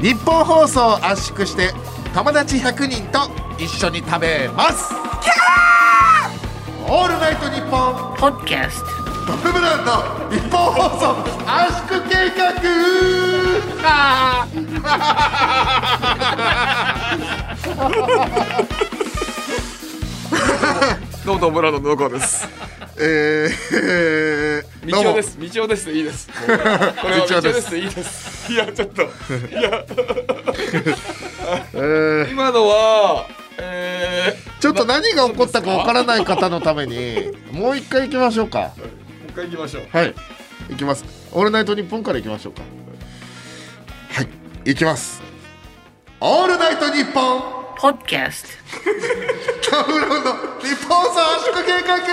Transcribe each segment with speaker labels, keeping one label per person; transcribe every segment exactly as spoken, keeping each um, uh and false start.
Speaker 1: 日本放送を圧縮して友達ひゃくにんと一緒に食べます。キャーオールナイトニッポン
Speaker 2: ポッドキャスト
Speaker 1: トップブランド日本放送圧縮計画あ
Speaker 3: どうもブランドの野川です。
Speaker 1: えー、
Speaker 3: みちおです。みちおですでいいです。これはみちおですでいいです。いやちょっといや、えー、今のは、えー、
Speaker 1: ちょっと何が起こったかわからない方のためにもう一回行きましょうか。もう
Speaker 3: 一回行きましょう。
Speaker 1: はい、行きます。オールナイトニッポンから行きましょうか。はい、行きます。オールナイトニッポン
Speaker 2: ポッドキャスト
Speaker 1: トムロンの日本放送圧縮計画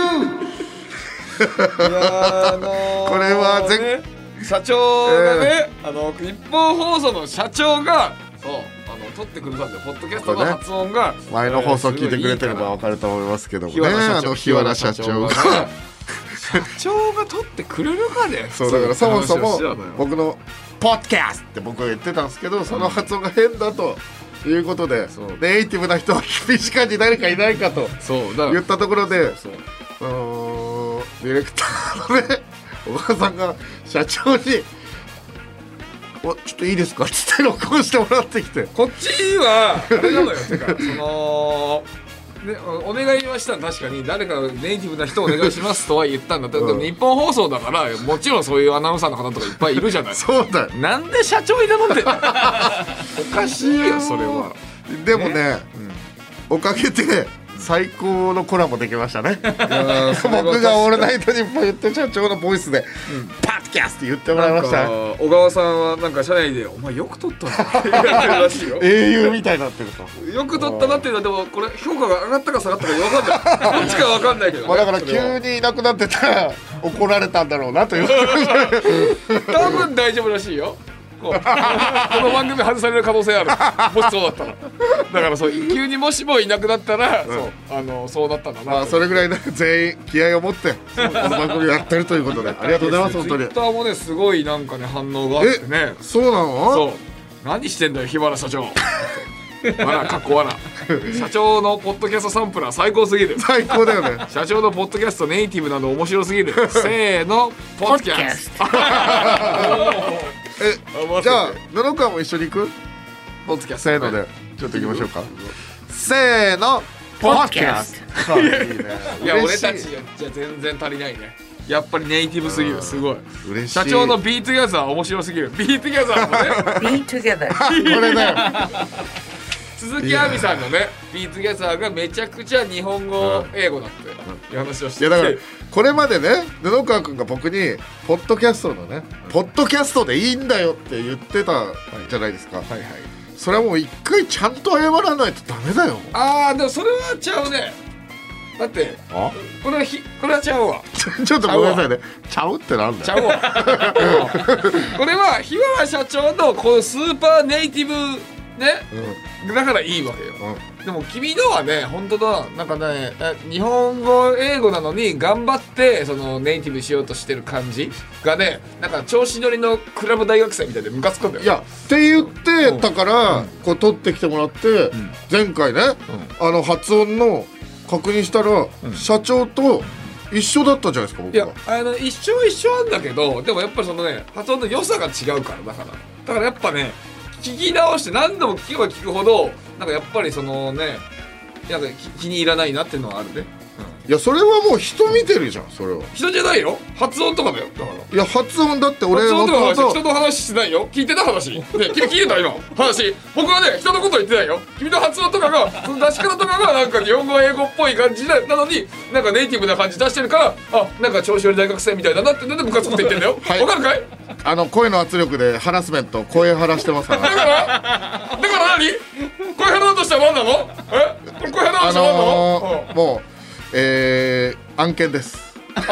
Speaker 3: いや、あのー、
Speaker 1: これは前、
Speaker 3: ね、社長がね、えー、あの日本放送の社長がそうあの撮ってくれたんで、ポッドキャストの発音が、ね、
Speaker 1: 前の放送聞いてくれてれば分かると思いますけどもね、あの日原社長が社
Speaker 3: 長が撮ってくれるかね。
Speaker 1: そうだからそもそも僕のポッドキャストって僕が言ってたんですけど、その発音が変だということで、ネイティブな人は身近に誰かいないかと言ったところで、そうそう、ディレクターのね小川さんが社長におちょっといいですかって録音してもらってきて、
Speaker 3: こっちはあれなのよてかそのね、お願いはしたら確かに誰かネイティブな人お願いしますとは言ったんだって、うん、でも日本放送だからもちろんそういうアナウンサーの方とかいっぱいいるじゃない。
Speaker 1: そうだよ。
Speaker 3: なんで社長に頼んでんのおかしいよそれは。
Speaker 1: でもね、ね、うん、おかげで最高のコラボできましたね。いや僕がオールナイトニッポン言って社長のボイスで、うん、パッドキャスト言ってもらいました。
Speaker 3: 小川さんはなんか社内でお前よく撮ったなって言われてるらしいよ。
Speaker 1: 英雄みたいになってると。
Speaker 3: よく撮ったなっていうのはでもこれ評価が上がったか下がったか分かんない。どっちか分かんないけど、ね、
Speaker 1: まあだから急にいなくなってたら怒られたんだろうなという。
Speaker 3: 多分大丈夫らしいよ。こ, この番組外される可能性ある。もしそうだったら。だからそう急にもしもいなくなったら、うん、そうあのそうなったんだな。
Speaker 1: まあそれぐらい全員気合を持ってこの番組をやってるということでありがとうございます。本当に。
Speaker 3: ツイッターもねすごいなんかね反応があってね。
Speaker 1: そうなの？
Speaker 3: そう。何してんだよ日原社長。わらかっこわら。社長のポッドキャストサンプラー最高すぎる。
Speaker 1: 最高だよね。
Speaker 3: 社長のポッドキャストネイティブなの面白すぎる。せーのポッドキャスト。
Speaker 1: えじゃあ布川も一緒に行く？
Speaker 3: ポッドキャスト
Speaker 1: せーのでちょっと行きましょうか。せーの
Speaker 2: ポッドキャスト。
Speaker 3: いや俺たちじゃ全然足りないね。やっぱりネイティブすぎる。すごい嬉しい。社長のビートギャザー面白すぎる。ビートギャザーもね
Speaker 2: ビートギャザーこ
Speaker 1: れだよ。
Speaker 3: 鈴木亜美さんのねビートギャザーがめちゃくちゃ日本語英語だっていう話をしてて、
Speaker 1: いやだからこれまでね布川君が僕にポッドキャストのねポッドキャストでいいんだよって言ってたじゃないですか。はいはいはい。それはもう一回ちゃんと謝らないとダメだよ。
Speaker 3: あーでもそれはちゃうね。だってあこれはひこれはちゃうわ。
Speaker 1: ちょっとごめんなさいね。ちゃうってなんだよ。
Speaker 3: ちゃうわ。これは日原社長のこのスーパーネイティブね、うん、だからいいわけよ、うん、でも君のはね本当だなんかね日本語英語なのに頑張ってそのネイティブしようとしてる感じがねなんか調子乗りのクラブ大学生みたいでムカつくんだよ。
Speaker 1: いやって言ってたから、うん、こう取ってきてもらって、うん、前回ね、うん、あの発音の確認したら、うん、社長と一緒だったじゃないですか僕は。
Speaker 3: いやあの一緒一緒なんだけどでもやっぱりそのね発音の良さが違うからだからだからやっぱね聞き直して何度も聞けば聞くほどなんかやっぱりそのねなんか気に入らないなっていうのはあるね、
Speaker 1: うん、いやそれはもう人見てるじゃん。それは
Speaker 3: 人じゃないよ発音とかだよ。だから
Speaker 1: いや発音だって俺
Speaker 3: 発音とか話人の話してないよ。聞いてた話、ね、君聞いてた今話僕はね人のこと言ってないよ。君の発音とかがその出し方とかがなんか日本語英語っぽい感じなのになんかネイティブな感じ出してるからあなんか調子より大学生みたいだなってなんでムカつくって言ってんだよ。はい、わかるかい？
Speaker 1: あの声の圧力でハラスメント声張らしてますからだから
Speaker 3: だから何声張らうとしたら何なの？え声張らうとしたら何なの？
Speaker 1: あのー、もうえー、案件です。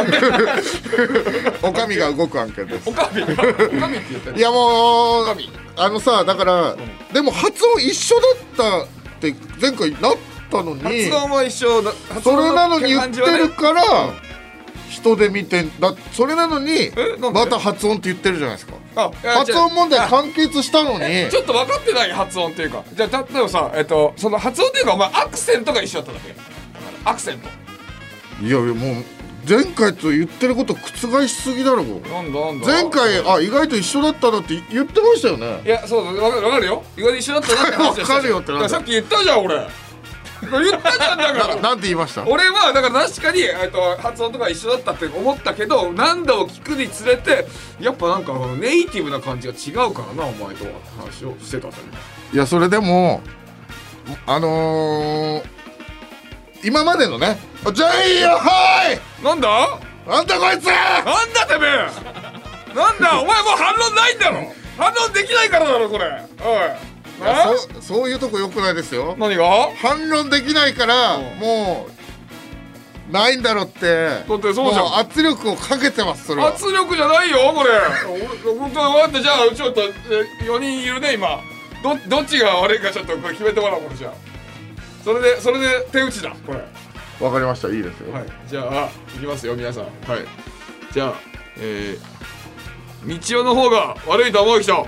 Speaker 1: おかみが動く案件です。
Speaker 3: おかみおかみって言った
Speaker 1: いやもうあのさだから、うん、でも発音一緒だったって前回なったのに
Speaker 3: 発音は一緒だ。
Speaker 1: それなのに言ってるから、ね、人で見てだそれなのにまた発音って言ってるじゃないですか。
Speaker 3: あ
Speaker 1: 発音問題完結したのに
Speaker 3: ちょっと分かってない発音っていうかじゃあ例えばさえっとその発音っていうかお前アクセントが一緒だっただけアクセント
Speaker 1: いやいやもう前回と言ってること覆しすぎだろ
Speaker 3: なんだなんだ
Speaker 1: 前回あ意外と一緒だったなって言ってましたよね
Speaker 3: いやそうだ分かる分かるよ意外と一緒だったなって話
Speaker 1: 分かるよってなんだ
Speaker 3: さっき言ったじゃん俺言ったじゃんだから
Speaker 1: なんて言いました
Speaker 3: 俺はだから確かに、えっと、発音とか一緒だったって思ったけど何度も聞くにつれてやっぱなんかネイティブな感じが違うからなお前とは話をしてたんだよね
Speaker 1: いやそれでもあのー、今までのねじゃあいいよはい
Speaker 3: なんだ
Speaker 1: なんだこいつ
Speaker 3: なんだてめえなんだお前もう反論ないんだろ反論できないからだろこれおい
Speaker 1: そ, そういうとこ良くないですよ
Speaker 3: 何が
Speaker 1: 反論できないからもうないんだろって
Speaker 3: だってそうじゃん
Speaker 1: 圧力をかけてますそれは
Speaker 3: 圧力じゃないよこれ本当分かったじゃあちょっとよにんいるね今 ど, どっちが悪いかちょっとこれ決めてもらおうこれじゃあそれでそれで手打ちだこれ
Speaker 1: わかりましたいいですよ
Speaker 3: はいじゃあいきますよ皆さんはいじゃあえー、道夫の方が悪いと思う人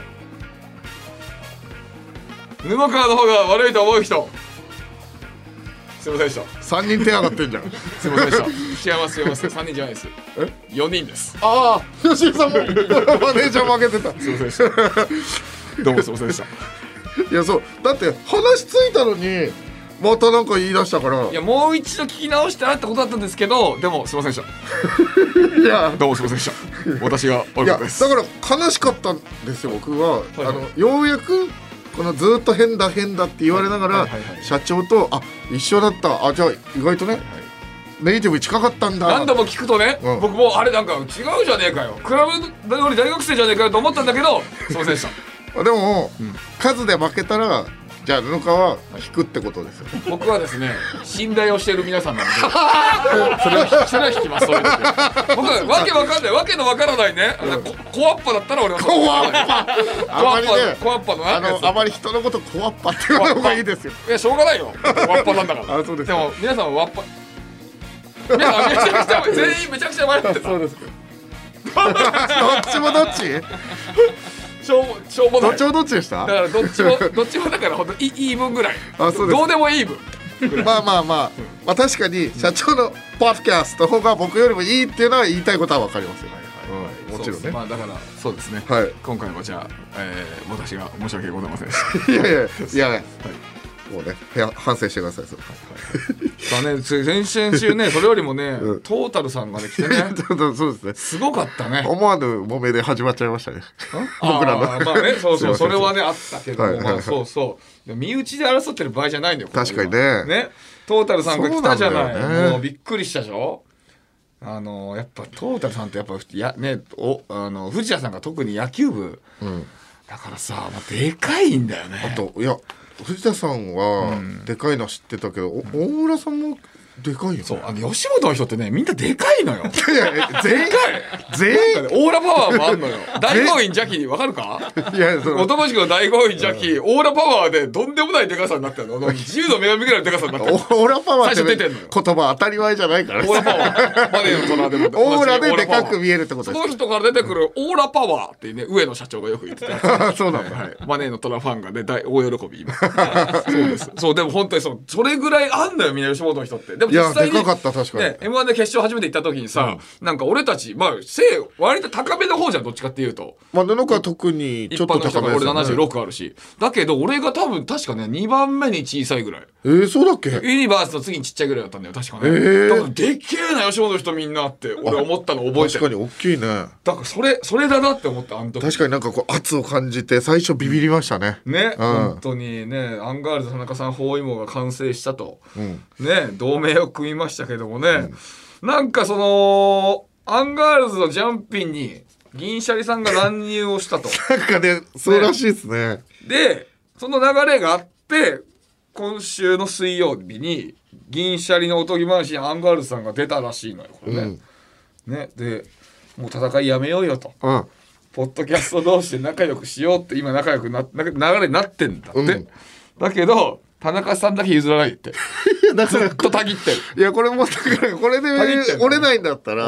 Speaker 3: 布川の方が悪いと思う人すいませんでした
Speaker 1: さんにん手上がってんじゃん
Speaker 3: すいませんでした違います違いますさんにんじゃないですえよにんです
Speaker 1: ああ吉井さんもマネージャー負けてた
Speaker 3: すいませんでしたどうもすいませんでした
Speaker 1: いやそうだって話ついたのにまたなんか言い出したから
Speaker 3: いやもう一度聞き直したらってことだったんですけどでもすいませんでした
Speaker 1: いや
Speaker 3: どうもすいませんでした私が悪かったです
Speaker 1: いやだから悲しかったんですよ僕は、はいはい、あのようやくこのずっと変だ変だって言われながら、はいはいはいはい、社長とあ一緒だったあじゃあ意外とね、はいはい、ネイティブ近かったんだ
Speaker 3: 何度も聞くとね、うん、僕もあれなんか違うじゃねえかよクラブより大学生じゃねえかよと思ったんだけどすいませんでした
Speaker 1: でも、うん、数で負けたらじゃあ布川は引くってことですよ
Speaker 3: 僕はですね信頼をしている皆さんなのでそれはそれは引きますそういう時僕はわけわかんないわけのわからないね、うん、コアッパだったら俺は
Speaker 1: コアッパあまりね
Speaker 3: コアッパの
Speaker 1: あのあまり人のことコアッパって言わない方がいいですよ
Speaker 3: いやしょうがないよワッパなんだから
Speaker 1: あそうです
Speaker 3: でも皆さんはワッパ皆さんめちゃくちゃ全員めちゃくちゃ迷ってた
Speaker 1: そうですどっちもどっち
Speaker 3: しょうしょうもない
Speaker 1: どっちもどっちでした
Speaker 3: だからどっちもどっちもだからほんとイーブンぐらいあそうですどうでもイーブン
Speaker 1: まあまあまあ、うん、まあ確かに社長のポッドキャストの方が僕よりもいいっていうのは言いたいことは分かりますよ、はいはいはいうん、もちろんね
Speaker 3: まあだからそうですね、
Speaker 1: はい、
Speaker 3: 今回はじゃあ、えー、私が申し訳ございませんでした
Speaker 1: いやいやいや、はいもうね反省してください。そう
Speaker 3: はいはい、だね先々週ねそれよりもね、うん、トータルさんがね来てね
Speaker 1: そうですね
Speaker 3: すごかったね
Speaker 1: 思わぬ揉めで始まっちゃいましたね僕らの
Speaker 3: まあねそうそうそれはねあったけども、はいはいはい、まあ、そうそう身内で争ってる場合じゃないんだよ
Speaker 1: 確かに ね,
Speaker 3: ねトータルさんが来たじゃない、ね、もうびっくりしたでしょあのやっぱトータルさんってやっぱや、ね、おあの藤谷さんが特に野球部、うん、だからさ、まあ、でかいんだよね
Speaker 1: あといや藤田さんはでかいの知ってたけど、うん、大村さんもでかいよね。
Speaker 3: そうあの吉本の人ってねみんなでかいのよ。
Speaker 1: いや全員
Speaker 3: 全員、ね、オーラパワーもあんのよ。大豪院邪気わかるか？いやその男しくの大豪院邪気、うん、オーラパワーでどんでもないでかさになってるの。自由の女神ぐらいのでかさになってる。オ
Speaker 1: ーラパワーって
Speaker 3: 最初出てんのよ。
Speaker 1: 言葉当たり前じゃないから。
Speaker 3: オーラパワーマネーの虎でも
Speaker 1: オーラででかく見えるってことです。
Speaker 3: その人から出てくるオーラパワーってね上野社長がよく言ってた。
Speaker 1: そうなんだ、
Speaker 3: はいはい。マネーの虎ファンがね大大喜び今。そうです。そうでも本当にそうそれぐらいあんのよみんな吉本の人って。でも実際に
Speaker 1: いやでかかった確かに、
Speaker 3: ね、エムワン で決勝初めて行った時にさ、うん、なんか俺たちまあ背割と高めの方じゃんどっちかっていうと
Speaker 1: まあ布川特にちょっと高めですよね。
Speaker 3: 俺ななじゅうろくあるしだけど俺が多分確かねにばんめに小さいぐらい
Speaker 1: えー、そうだっけ
Speaker 3: ユニバースの次にちっちゃいぐらいだったんだよ確かね、え
Speaker 1: ー、
Speaker 3: だからでっけえな吉本の人みんなって俺思ったの覚えてる。
Speaker 1: 確かに大きいね。
Speaker 3: だからそれそれだなって思ったあの時。
Speaker 1: 確かになんかこう圧を感じて最初ビビりましたね。
Speaker 3: ね、うん、本当にねアンガールズ田中さん包囲網が完成したと、うん、ね同盟を組みましたけどもね、うん、なんかそのアンガールズのジャンピンに銀シャリさんが乱入をしたと
Speaker 1: なんかねそうらしいですね。
Speaker 3: ねでその流れがあって今週の水曜日に銀シャリのおとぎ話にアンガールズさんが出たらしいのよこれね、うん、ねでもう戦いやめようよと、うん、ポッドキャスト同士で仲良くしようって今仲良くな流れになってんだって、うん、だけど田中さんだけ譲らないって
Speaker 1: だから
Speaker 3: ずっとたぎってる。
Speaker 1: いやこれもだからこれで折れないんだったら、うん、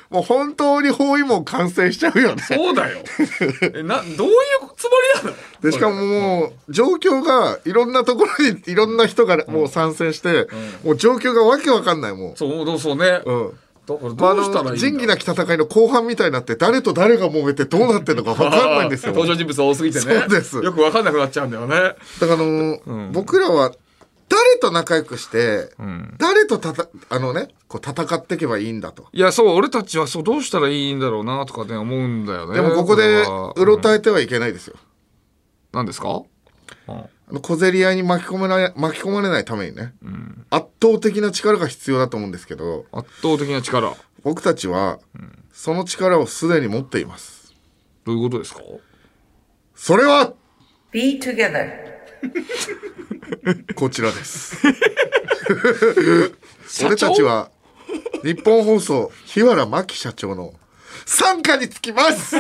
Speaker 1: もう本当に包囲網完成しちゃうよね。
Speaker 3: そうだよ。えなどういうつもりなの。
Speaker 1: でしかももう状況がいろんなところにいろんな人がもう参戦して、うん、もう状況がわけわかんないもう。
Speaker 3: そうそうね。
Speaker 1: うん。だからどうしたらいいんだ、まあ、仁義なき戦いの後半みたいになって誰と誰が揉めてどうなってるのか分かんないんですよ。
Speaker 3: 登場人物多すぎてね。
Speaker 1: そうです。
Speaker 3: よく分かんなくなっちゃうんだよね。だ
Speaker 1: からあのーうん、僕らは誰と仲良くして、うん、誰とたたあのねこう戦っていけばいいんだと。
Speaker 3: いやそう俺たちはそうどうしたらいいんだろうなとかね思うんだよね。
Speaker 1: でもここでうろたえてはいけないですよ。
Speaker 3: 何、うん、ですか？
Speaker 1: あの小競り合いに巻き込まれ巻き込まれないためにね、うん、圧倒的な力が必要だと思うんですけど、
Speaker 3: 圧倒的な力、
Speaker 1: 僕たちは、うん、その力をすでに持っています。
Speaker 3: どういうことですか？
Speaker 1: それは
Speaker 2: Be together
Speaker 1: こちらです俺たちは日本放送日原真紀社長の傘下につきます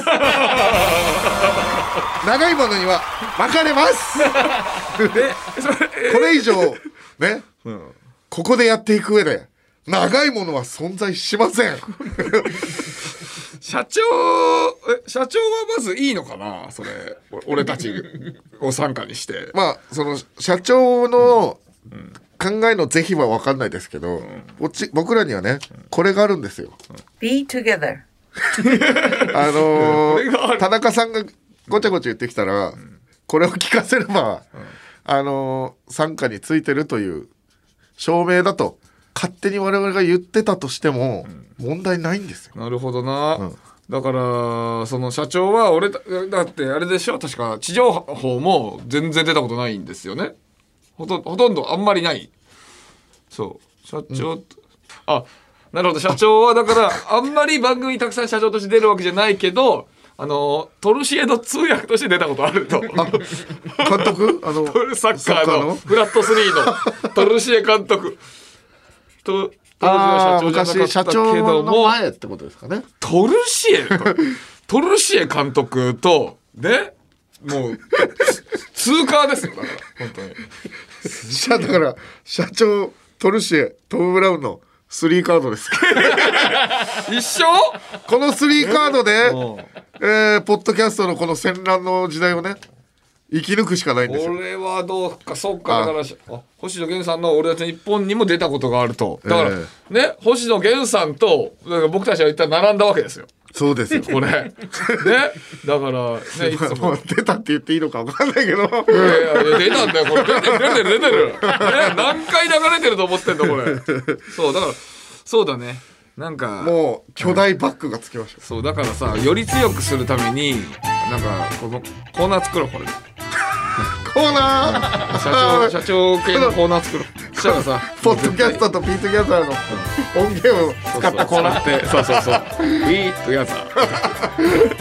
Speaker 1: 長いものには巻かれますこれ以上ね、うん、ここでやっていく上で長いものは存在しません
Speaker 3: 社長え社長はまずいいのかなそれ俺たちを傘下にして
Speaker 1: まあその社長の考えの是非は分かんないですけど、うん、僕らにはねこれがあるんですよ、
Speaker 2: うん、Be together
Speaker 1: あのー、田中さんがごちゃごちゃ言ってきたら、うん、これを聞かせれば、うん、あのー、傘下についてるという証明だと勝手に我々が言ってたとしても問題ないんですよ、
Speaker 3: うん、なるほどな、うん、だからその社長は俺 だ, だってあれでしょ確か地上波も全然出たことないんですよね。ほ と, ほとんどあんまりないそう社長、うん、あなるほど社長はだからあんまり番組にたくさん社長として出るわけじゃないけどあのトルシエの通訳として出たことあると
Speaker 1: 監督あの
Speaker 3: サッカーのフラットスリーのトルシエ監督と
Speaker 1: 当時の社長じゃなかったけども昔社長の前ってことですかね。
Speaker 3: トルシエトルシエ監督とねもう通過ですよだから本当に
Speaker 1: 社だから社長トルシエトム・ブラウンのスリーカードです
Speaker 3: 一緒
Speaker 1: このスリーカードで、えー、ポッドキャストのこの戦乱の時代をね生き抜くしかないんですよ。
Speaker 3: 俺はどうかそうかだからあ星野源さんの俺たち日本にも出たことがあるとだから、えー、ね星野源さんとだから僕たちは一体並んだわけですよ。
Speaker 1: そうですよ
Speaker 3: これねだからねいつも
Speaker 1: 出たって言っていいのか分かんないけどいやい
Speaker 3: や出たんだよこれ出てる出てる出てる、ね、何回流れてると思ってんだこれそうだからそうだねなんか
Speaker 1: もう巨大バッグがつきました、
Speaker 3: うん、そうだからさより強くするためになんかこのコーナー作ろうこれ
Speaker 1: コーナー
Speaker 3: 社長社長系のコーナー作ろうそしたらさ
Speaker 1: ポッドキャストとピートギャザーの音源を使ったコーナーって
Speaker 3: そうそうそうピートギャザー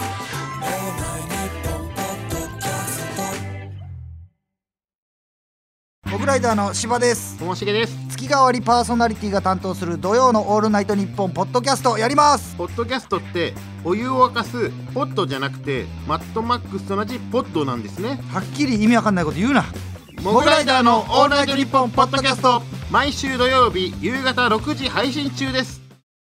Speaker 4: モグライダーの柴です。
Speaker 5: ともしげです。
Speaker 4: 月替わりパーソナリティが担当する土曜のオールナイトニッポンポッドキャストやります。
Speaker 5: ポッドキャストってお湯を沸かすポットじゃなくてマットマックスと同じポットなんですね。
Speaker 4: はっきり意味わかんないこと言うな。
Speaker 5: モグライダーのオールナイトニッポンポッドキャスト毎週土曜日夕方ろくじ配信中です。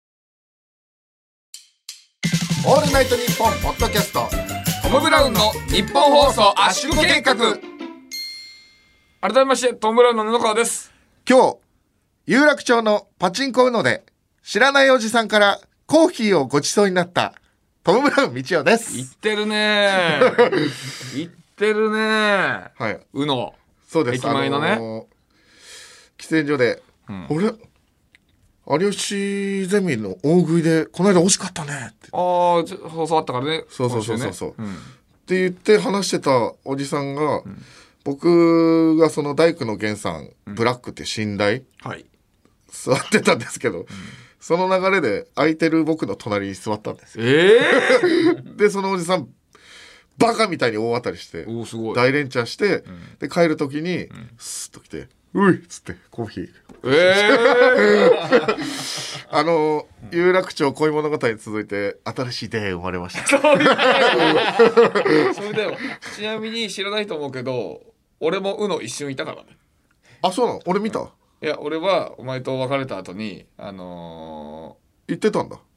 Speaker 1: オールナイトニッポンポッドキャスト
Speaker 3: トム・ブラウンの日本放送圧縮計画。改めましてトム・ブラウンの布川です。
Speaker 1: 今日有楽町のパチンコウノで知らないおじさんからコーヒーをごちそうになったトム・ブラウン道夫です。
Speaker 3: 言ってるね言ってるね
Speaker 1: はい、
Speaker 3: うの
Speaker 1: そうです。
Speaker 3: 駅前のね、あのー、
Speaker 1: 喫煙所で、うん、俺有吉ゼミの大食いでこの間惜しかったねって
Speaker 3: ああ放送あったからね
Speaker 1: そうそうそうそうそう、ねうん、って言って話してたおじさんが、うん、僕がその大工の源さん、うん、ブラックって寝台、はい、座ってたんですけど、うん、その流れで空いてる僕の隣に座ったんですよ、えー、でそのおじさんバカみたいに大当たりして
Speaker 3: おすごい
Speaker 1: 大連チャンして、うん、で帰る時に、うん、スッと来てういっつってコーヒーえー、あの有楽町恋物語に続いて新しい出会い生まれました。それ
Speaker 3: でもちなみに知らないと思うけど俺もうの一瞬いたからね。
Speaker 1: あそうなの俺見た、うん、
Speaker 3: いや俺はお前と別れた後にあの
Speaker 1: ー、言ってたんだ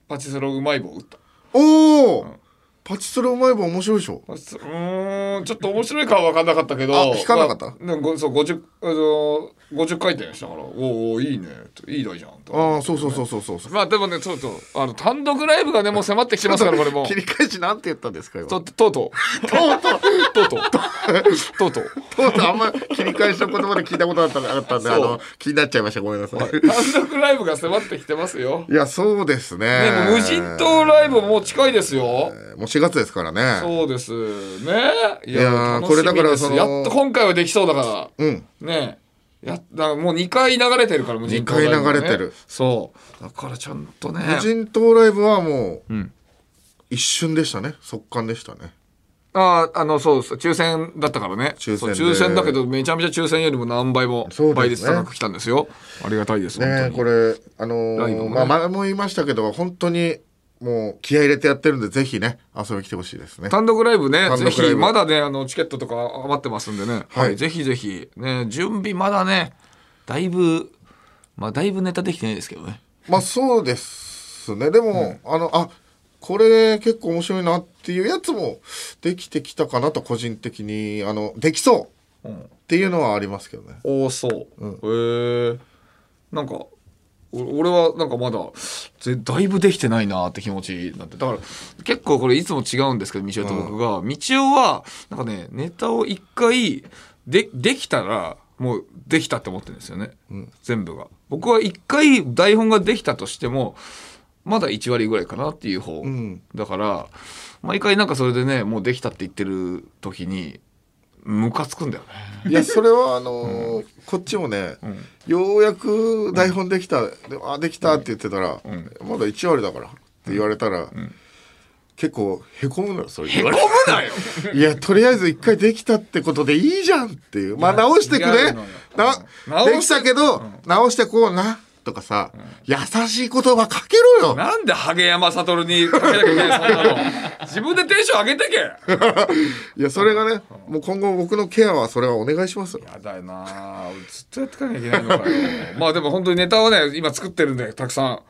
Speaker 3: パチスロうまい棒打った。
Speaker 1: おお、うん、パチスロうまい棒面白いでしょ。
Speaker 3: うーん、ちょっと面白いかは分かんなかったけど、
Speaker 1: あ、引かなかった、
Speaker 3: まあ、そう 50, あのごじゅっかい転したから、おおいいね、いい台じゃん、ね、
Speaker 1: ああ、そうそうそうそうそう。
Speaker 3: まあでもね、ちょっとあの単独ライブがねもう迫ってきてますから、これも
Speaker 1: 切り返しなんて言ったんですか今。
Speaker 3: ととうとうとうとうとうとうとうとうとう
Speaker 1: とうあんま切り返しの言葉で聞いたことあったあったんで、あの気になっちゃいました。ごめんなさい。
Speaker 3: 単独ライブが迫ってきてますよ。
Speaker 1: いや、そうですね。
Speaker 3: ね、もう無人島ライブもう近いですよ。
Speaker 1: えー、もうしがつですからね。
Speaker 3: そうですね。いや、いや
Speaker 1: これだからその
Speaker 3: やっと今回はできそうだから。
Speaker 1: うん。
Speaker 3: ね。やだもうにかい流れてるから、無人島ライブ、ね、
Speaker 1: にかい流れてる。
Speaker 3: そうだからちゃんとね、
Speaker 1: 無人島ライブはもう、うん、一瞬でしたね。速乾でしたね。
Speaker 3: ああ、あのそうです、抽選だったからね。抽選抽選だけどめちゃめちゃ抽選よりも何倍も倍率高く来たんですよ。ありがたいです
Speaker 1: ね。これあのーね、まあ、前も言いましたけど本当にもう気合い入れてやってるんで、ぜひね遊びに来てほしいですね。
Speaker 3: 単独ライブね、ぜひまだね、あのチケットとか余ってますんでね、はいはい、ぜひぜひね、準備まだねだいぶまあだいぶネタできてないですけどね。
Speaker 1: まあそうですね。でも、うん、あのあこれ結構面白いなっていうやつもできてきたかなと、個人的にあのできそうっていうのはありますけどね。
Speaker 3: うん、おお、そう、うん、へえ。なんか俺はなんかまだだいぶできてないなって気持ちになって、だから結構これいつも違うんですけど、みちおと僕が、うん、みちおはなんかね、ネタを一回 で, できたらもうできたって思ってるんですよね、うん、全部が。僕は一回台本ができたとしてもまだいちわりぐらいかなっていう方、うん、だから毎回なんかそれでね、もうできたって言ってる時にムカつくんだよね。
Speaker 1: いや、それはあのーうん、こっちもね、うん、ようやく台本できた、うん、あできたって言ってたら、うん、まだいちわりだからって言われたら、うん、結構へこむのよ。それ
Speaker 3: へこむなよ。
Speaker 1: いや、とりあえず一回できたってことでいいじゃんっていう、まあ直してくれな、できたけど、うん、直してこうなとかさ、うん、優しい言葉かけろよ。
Speaker 3: なんでハゲ山悟にかけなきゃいけないそんなの。自分でテンション上げてけ。
Speaker 1: いや、それがね、もう今後僕のケアはそれはお願いしますよ。
Speaker 3: やだよな、ずっとやってかなきゃいけないのかよ。まあでも本当にネタをね今作ってるんで、たくさん、はい、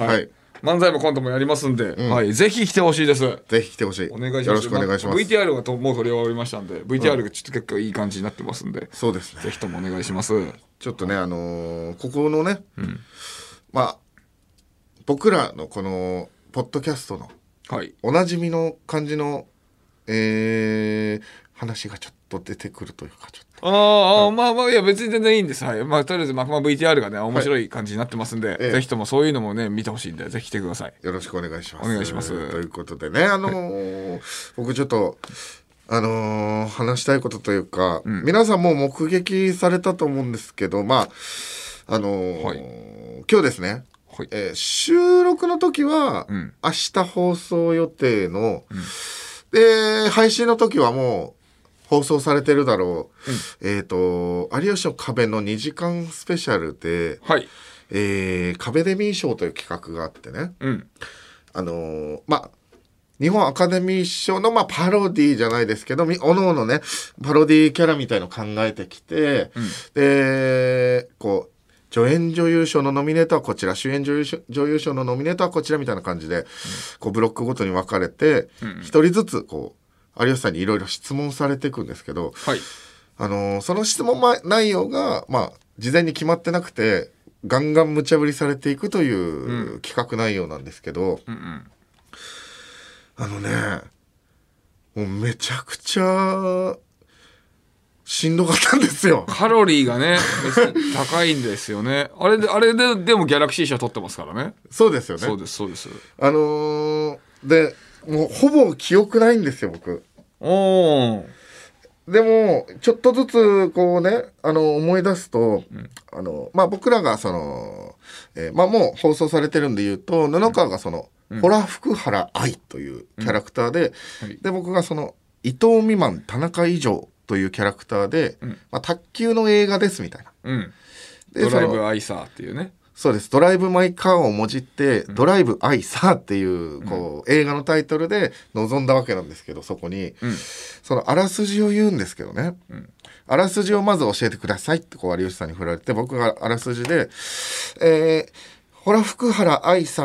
Speaker 3: はい、漫才もコントもやりますんで、うん、はい、ぜひ来てほしいです。
Speaker 1: ぜひ来てほしい。
Speaker 3: お願いします。
Speaker 1: よろしくお願いします。
Speaker 3: ブイティーアール がともう撮り終わりましたんで、 ブイティーアール がちょっと結構いい感じになってますんで、
Speaker 1: そうですね、
Speaker 3: ぜひともお願いします。
Speaker 1: ちょっとね、あのー、ここのね、うん、まあ僕らのこのポッドキャストのおなじみの感じの、えー、話がちょっと出てくるというか、ちょっと
Speaker 3: ああ、うん、まあまあ、いや別に全然いいんです。はい、まあとりあえず、まあ、ブイティーアール がね面白い感じになってますんで、はい、ぜひともそういうのもね見てほしいんで、ぜひ来てください。
Speaker 1: よろしくお願いします。
Speaker 3: お願いします。
Speaker 1: ということでね、あのーはい、僕ちょっとあのー、話したいことというか、うん、皆さんも目撃されたと思うんですけど、まああのーはい、今日ですね、はい、えー、収録の時は、うん、明日放送予定の、うん、で配信の時はもう放送されてるだろう、うん、えっ、ー、と有吉の壁のにじかんスペシャルで、はい、えー、壁デミー賞という企画があってね、うん、あのー、まあ日本アカデミー賞の、まあ、パロディじゃないですけど、おのおのねパロディキャラみたいの考えてきて、うん、でこう助演女優賞のノミネートはこちら、主演女優賞、女優賞のノミネートはこちらみたいな感じで、うん、こうブロックごとに分かれて一、うん、人ずつこう有吉さんにいろいろ質問されていくんですけど、はい、あのー、その質問内容が、まあ、事前に決まってなくてガンガン無茶ぶりされていくという企画内容なんですけど、うんうん、あのねもうめちゃくちゃしんどかったんですよ。
Speaker 3: カロリーがね高いんですよね。あれであれででもギャラクシー賞取ってますからね。
Speaker 1: そうですよね。
Speaker 3: そうですそうです。
Speaker 1: あのー、でもうほぼ記憶ないんですよ僕。おー。でもちょっとずつこうねあの思い出すと、うん、あのまあ僕らがその、えー、まあもう放送されてるんで言うと布川がその、うん、ホラ福原愛というキャラクターで、うんはい、で僕がその伊藤美誠田中以上というキャラクターで、うんまあ、卓球の映画ですみたいな、うん、
Speaker 3: でドライブアイサーっていうね、
Speaker 1: そうです、ドライブマイカーをもじって、うん、ドライブアイサーっていう、こう、うん、映画のタイトルで臨んだわけなんですけど、そこに、うん、そのあらすじを言うんですけどね、うん、あらすじをまず教えてくださいってこう有吉さんに振られて、僕があらすじで、えー、ホラ福原愛さん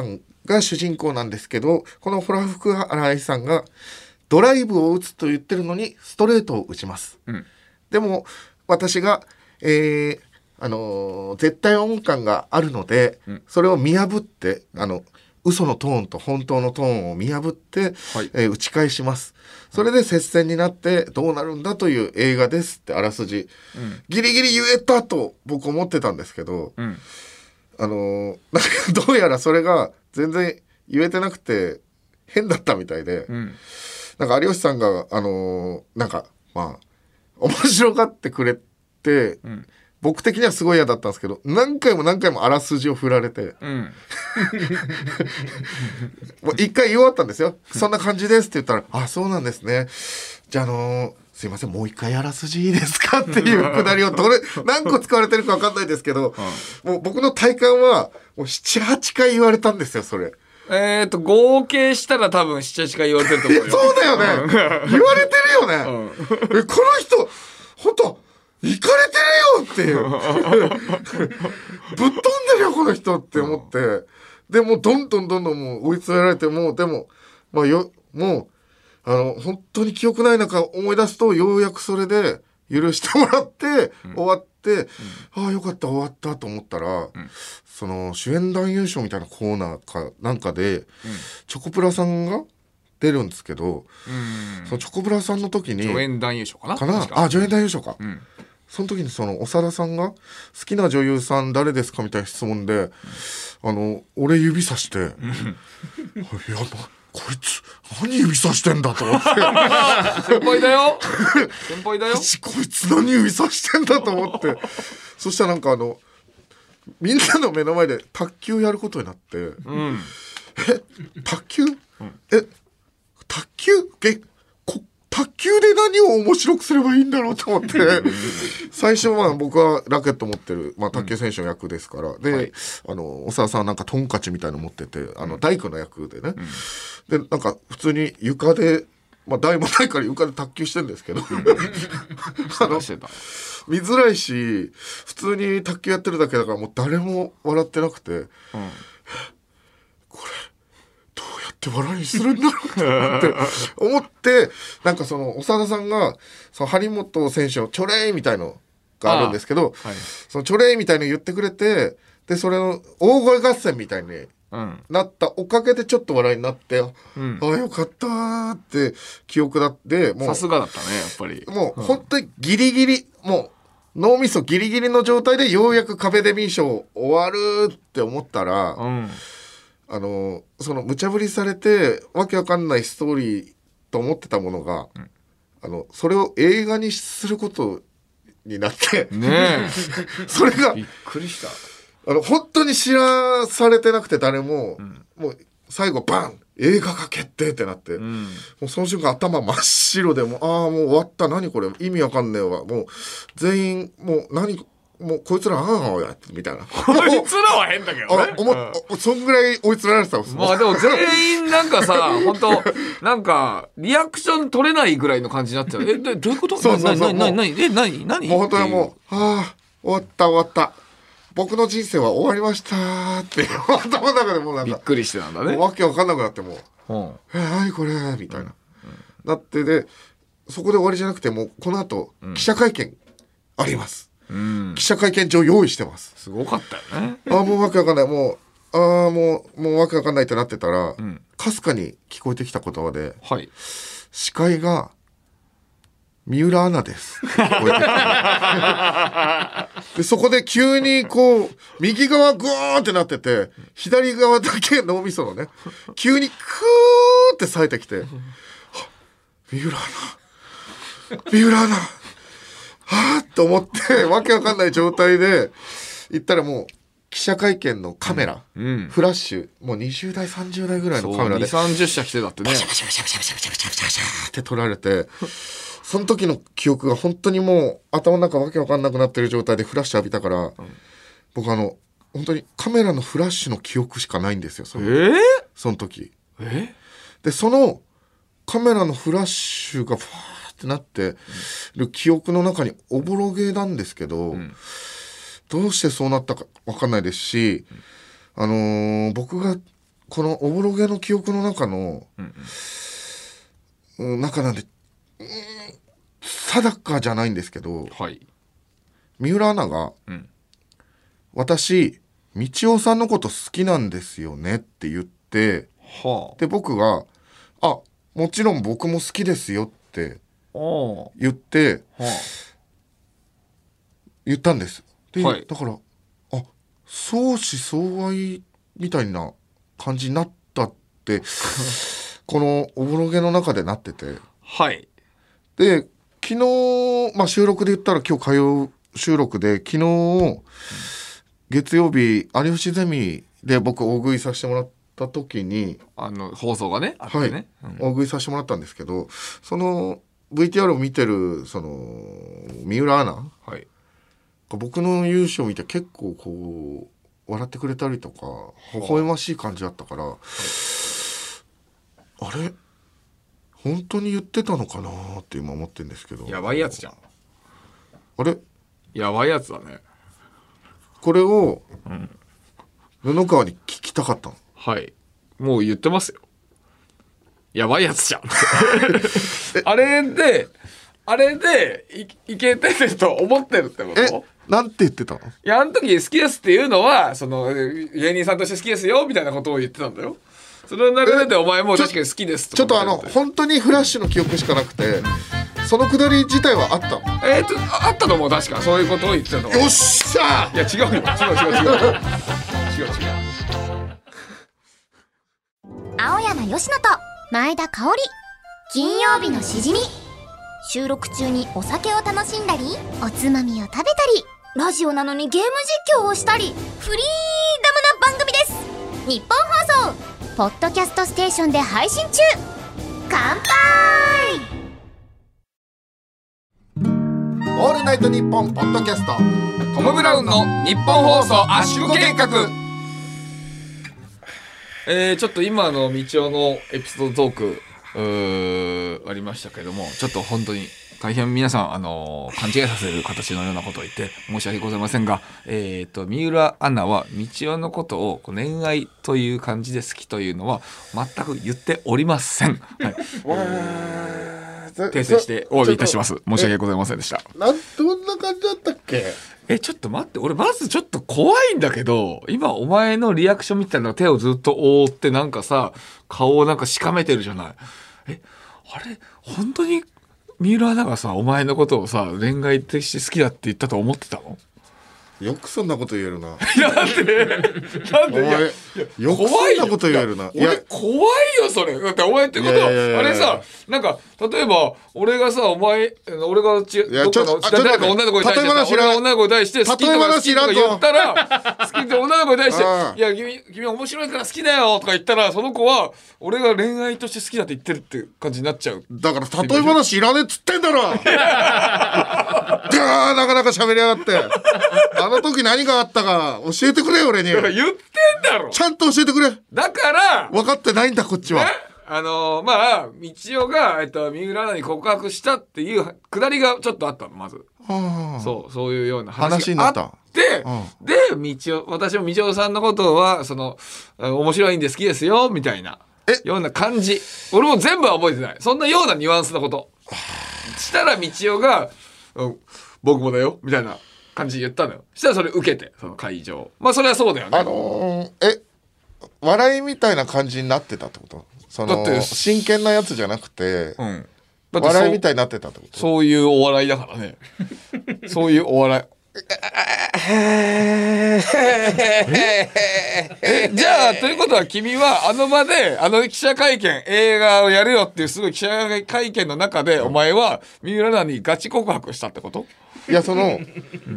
Speaker 1: が主人公なんですけど、このホラ福原愛さんがドライブを打つと言ってるのにストレートを打ちます、うん、でも私が、えーあのー、絶対音感があるので、うん、それを見破ってあの嘘のトーンと本当のトーンを見破って、はいえー、打ち返します。それで接戦になってどうなるんだという映画ですってあらすじ、うん、ギリギリ言えたと僕思ってたんですけど、うん、あのー、なんかどうやらそれが全然言えてなくて変だったみたいで、うん、なんか有吉さんがあのー、なんかまあ面白がってくれて、うん、僕的にはすごい嫌だったんですけど、何回も何回もあらすじを振られて、うん、もう一回言い終わったんですよ。そんな感じですって言ったら、あ、そうなんですね。じゃあ、あのー、すいません、もう一回あらすじいいですかっていうくだりをどれ何個使われてるか分かんないですけど、うん、もう僕の体感はもうななはちかい言われたんですよ、それ。
Speaker 3: えーと合計したら多分ななはちかい言われてると思うよ。
Speaker 1: そうだよね。言われてるよね。うん、えこの人本当行かれてるよっていうぶっ飛んでるよこの人って思って、うん、でもどんどんどんどんもう追い詰められて、もうでもまあよもうあの本当に記憶ない中思い出すとようやくそれで許してもらって、うん、終わって、うん、ああよかった終わったと思ったら、うん、その主演男優賞みたいなコーナーかなんかで、うん、チョコプラさんが出るんですけど、うん、そのチョコプラさんの時に
Speaker 3: 助演男優賞かな
Speaker 1: かなあ助演男優賞か、うん、その時にその長田さんが好きな女優さん誰ですかみたいな質問で、うん、あの俺指さして、うん、いやこいつ何指さしてんだと思って
Speaker 3: 先輩だよ先輩だよ
Speaker 1: こいつ何指さしてんだと思ってそしたらなんかあのみんなの目の前で卓球やることになって、うん、え卓球、うん、え卓球えこ卓球で何を面白くすればいいんだろうと思って最初は僕はラケット持ってる、まあ、卓球選手の役ですから、うん、で、はい、あの長田さんはなんかトンカチみたいの持っててあの大工の役でね、うん、でなんか普通に床で、まあ、台もないから床で卓球してるんですけどあの見づらいし普通に卓球やってるだけだからもう誰も笑ってなくて、うん、これどうやって笑いにするんだろうって思ってなんかその長田さんがその張本選手のチョレイみたいのがあるんですけど、はい、そのチョレイみたいの言ってくれてでそれの大声合戦みたいになったおかげでちょっと笑いになって、うん、ああよかったーって記憶だって
Speaker 3: もうさすがだったねやっぱり
Speaker 1: もう、うん、本当にギリギリもう脳みそギリギリの状態でようやくカベデミー賞終わるって思ったら、うんあのその無茶ぶりされてわけわかんないストーリーと思ってたものが、うん、あのそれを映画にすることになって
Speaker 3: ね
Speaker 1: それが
Speaker 3: びっくりした
Speaker 1: あの本当に知らされてなくて誰も、うん、もう最後バン映画化決定ってなって、うん、もうその瞬間頭真っ白でもああもう終わった何これ意味わかんねえわもう全員もう何もうこいつらああやってみたいな
Speaker 3: こいつらは変だけどね
Speaker 1: あ思っ、うん、そんぐらい追い詰められてたんです
Speaker 3: まあでも全員なんかさ本当なんかリアクション取れないぐらいの感じになっちゃうえでどういうこと
Speaker 1: そうそうそう
Speaker 3: なななえ何何
Speaker 1: もう本当はもうああ終わった終わった僕の人生は終わりましたって頭の中でもうなんか
Speaker 3: びっくりしてなんだね
Speaker 1: わけわかんなくなってもう、うん、え何これみたいな、うんうん、なってでそこで終わりじゃなくてもうこの後、うん、記者会見ありますうん、記者会見場用意してます
Speaker 3: すごかったよね
Speaker 1: ああもうわけわかんないもうああもうもうわけわかんないってなってたらかすかに聞こえてきた言葉で、はい、司会が三浦アナです聞こえてきてでそこで急にこう右側グーンってなってて左側だけ脳みそのね急にクーって冴えてきて三浦アナ三浦アナはぁと思ってわけわかんない状態で行ったらもう記者会見のカメラ、うん、フラッシュもうにじゅうだいさんじゅうだいぐらいのカメラで
Speaker 3: にじゅう、さんじゅっしゃ来てたってねバシャバシャバシャバシャバシャバシャバシャバシャバシャって
Speaker 1: 撮られてその時の記憶が本当にもう頭の中わけわかんなくなってる状態でフラッシュ浴びたから、うん、僕あの本当にカメラのフラッシュの記憶しかないんですよその、えー、その時
Speaker 3: え
Speaker 1: でそのカメラのフラッシュがファーってなってる記憶の中におぼろげなんですけど、うん、どうしてそうなったか分かんないですし、うん、あのー、僕がこのおぼろげの記憶の中の、うんうん、中なんで、うん、定かじゃないんですけど、はい、三浦アナが、うん、私みちおさんのこと好きなんですよねって言って、はあ、で僕があもちろん僕も好きですよって言って、はあ、言ったんです。で、はい、だからあ相思相愛みたいな感じになったってこのおぼろげの中でなってて、はい、で昨日、まあ、収録で言ったら今日火曜収録で昨日、うん、月曜日有吉ゼミで僕大食いさせてもらった時に
Speaker 3: あの放送がねあってね、
Speaker 1: はい、うん、大食いさせてもらったんですけど、その ブイティーアール を見てるその三浦アナ、はい、僕の優勝を見て結構こう笑ってくれたりとか微笑ましい感じだったから、はい、あれ本当に言ってたのかなって今思ってるんですけど。
Speaker 3: やばいやつじゃん。
Speaker 1: あれ
Speaker 3: やばいやつだね。
Speaker 1: これを、うん、布川に聞きたかったの。
Speaker 3: はい、もう言ってますよ。やばいやつじゃんあれであれで い, いけてると思ってるってこと？
Speaker 1: えなんて言ってたの？
Speaker 3: いやあの時好きですっていうのはその芸人さんとして好きですよみたいなことを言ってたんだよ。その流れでお前も確かに好きですと
Speaker 1: ちょっとあの本当にフラッシュの記憶しかなくてそのくだり自体はあったの？
Speaker 3: えー、っとあったのも確かそういうことを言ってたの。
Speaker 1: よっしゃ
Speaker 3: ー。いや違うよ違う違う違う違う違う違う。
Speaker 6: 青山佳乃と前田香織、金曜日のしじみ。収録中にお酒を楽しんだりおつまみを食べたりラジオなのにゲーム実況をしたりフリーダムな番組です。日本放送ポッドキャストステーションで配信中。乾杯。
Speaker 4: オールナイトニッポンポッドキャスト
Speaker 3: トム・ブラウンの日本放送圧縮計画。えー、ちょっと今のみちおのエピソードトークうーありましたけども、ちょっと本当に大変皆さん、あのー、勘違いさせる形のようなことを言って申し訳ございませんが、えーと三浦アナはみちおのことを恋愛という感じで好きというのは全く言っておりません、はい、訂正してお詫びいたします。申し訳ございませんでした。
Speaker 1: なんどんな感じだったっけ？
Speaker 3: えちょっと待って、俺まずちょっと怖いんだけど、今お前のリアクションみたいな手をずっと覆ってなんかさ顔をなんかしかめてるじゃない。えあれ本当に三浦アナがさお前のことをさ恋愛的して好きだって言ったと思ってたの？
Speaker 1: よくそんなこと言えるな。
Speaker 3: なんでなんでいや
Speaker 1: よくそんなこと言えるな。
Speaker 3: いや俺怖いよそれ。だってお前ってことはあれさなんか例えば俺がさお前俺がちどっかの誰か女の子に対してさ俺が女の子に対して好きとか好きとか言ったら好きって女の子に対していや君君面白いから好きだよとか言ったらその子は俺が恋愛として好きだって言ってるって感じになっちゃう。
Speaker 1: だから例え話いらねえっつってんだろ。じゃあなかなか喋りやがって。あの時何があったか教えてくれよ俺に。
Speaker 3: 言ってんだろ。
Speaker 1: ちゃんと教えてくれ。
Speaker 3: だから
Speaker 1: 分かってないんだこっちは、ね、
Speaker 3: あのー、まあみちおが、えっと、三浦アナに告白したっていうくだりがちょっとあったのまず、はあ、そうそういうような話があって話になった、うん、でみちお私もみちおさんのことはその面白いんで好きですよみたいなような感じ。俺も全部は覚えてない。そんなようなニュアンスのことしたらみちおが、うん、僕もだよみたいな感じで言ったのよ。したらそれ受けてその会場まあそれはそうだよね。
Speaker 1: あのー、え笑いみたいな感じになってたってこと？そのだって真剣なやつじゃなくて、うん、だって笑いみたいになってたってこと？
Speaker 3: そういうお笑いだからねそういうお笑いえじゃあということは君はあの場であの記者会見映画をやるよっていうすごい記者会見の中で、うん、お前は三浦アナにガチ告白したってこと？
Speaker 1: いやその、うん、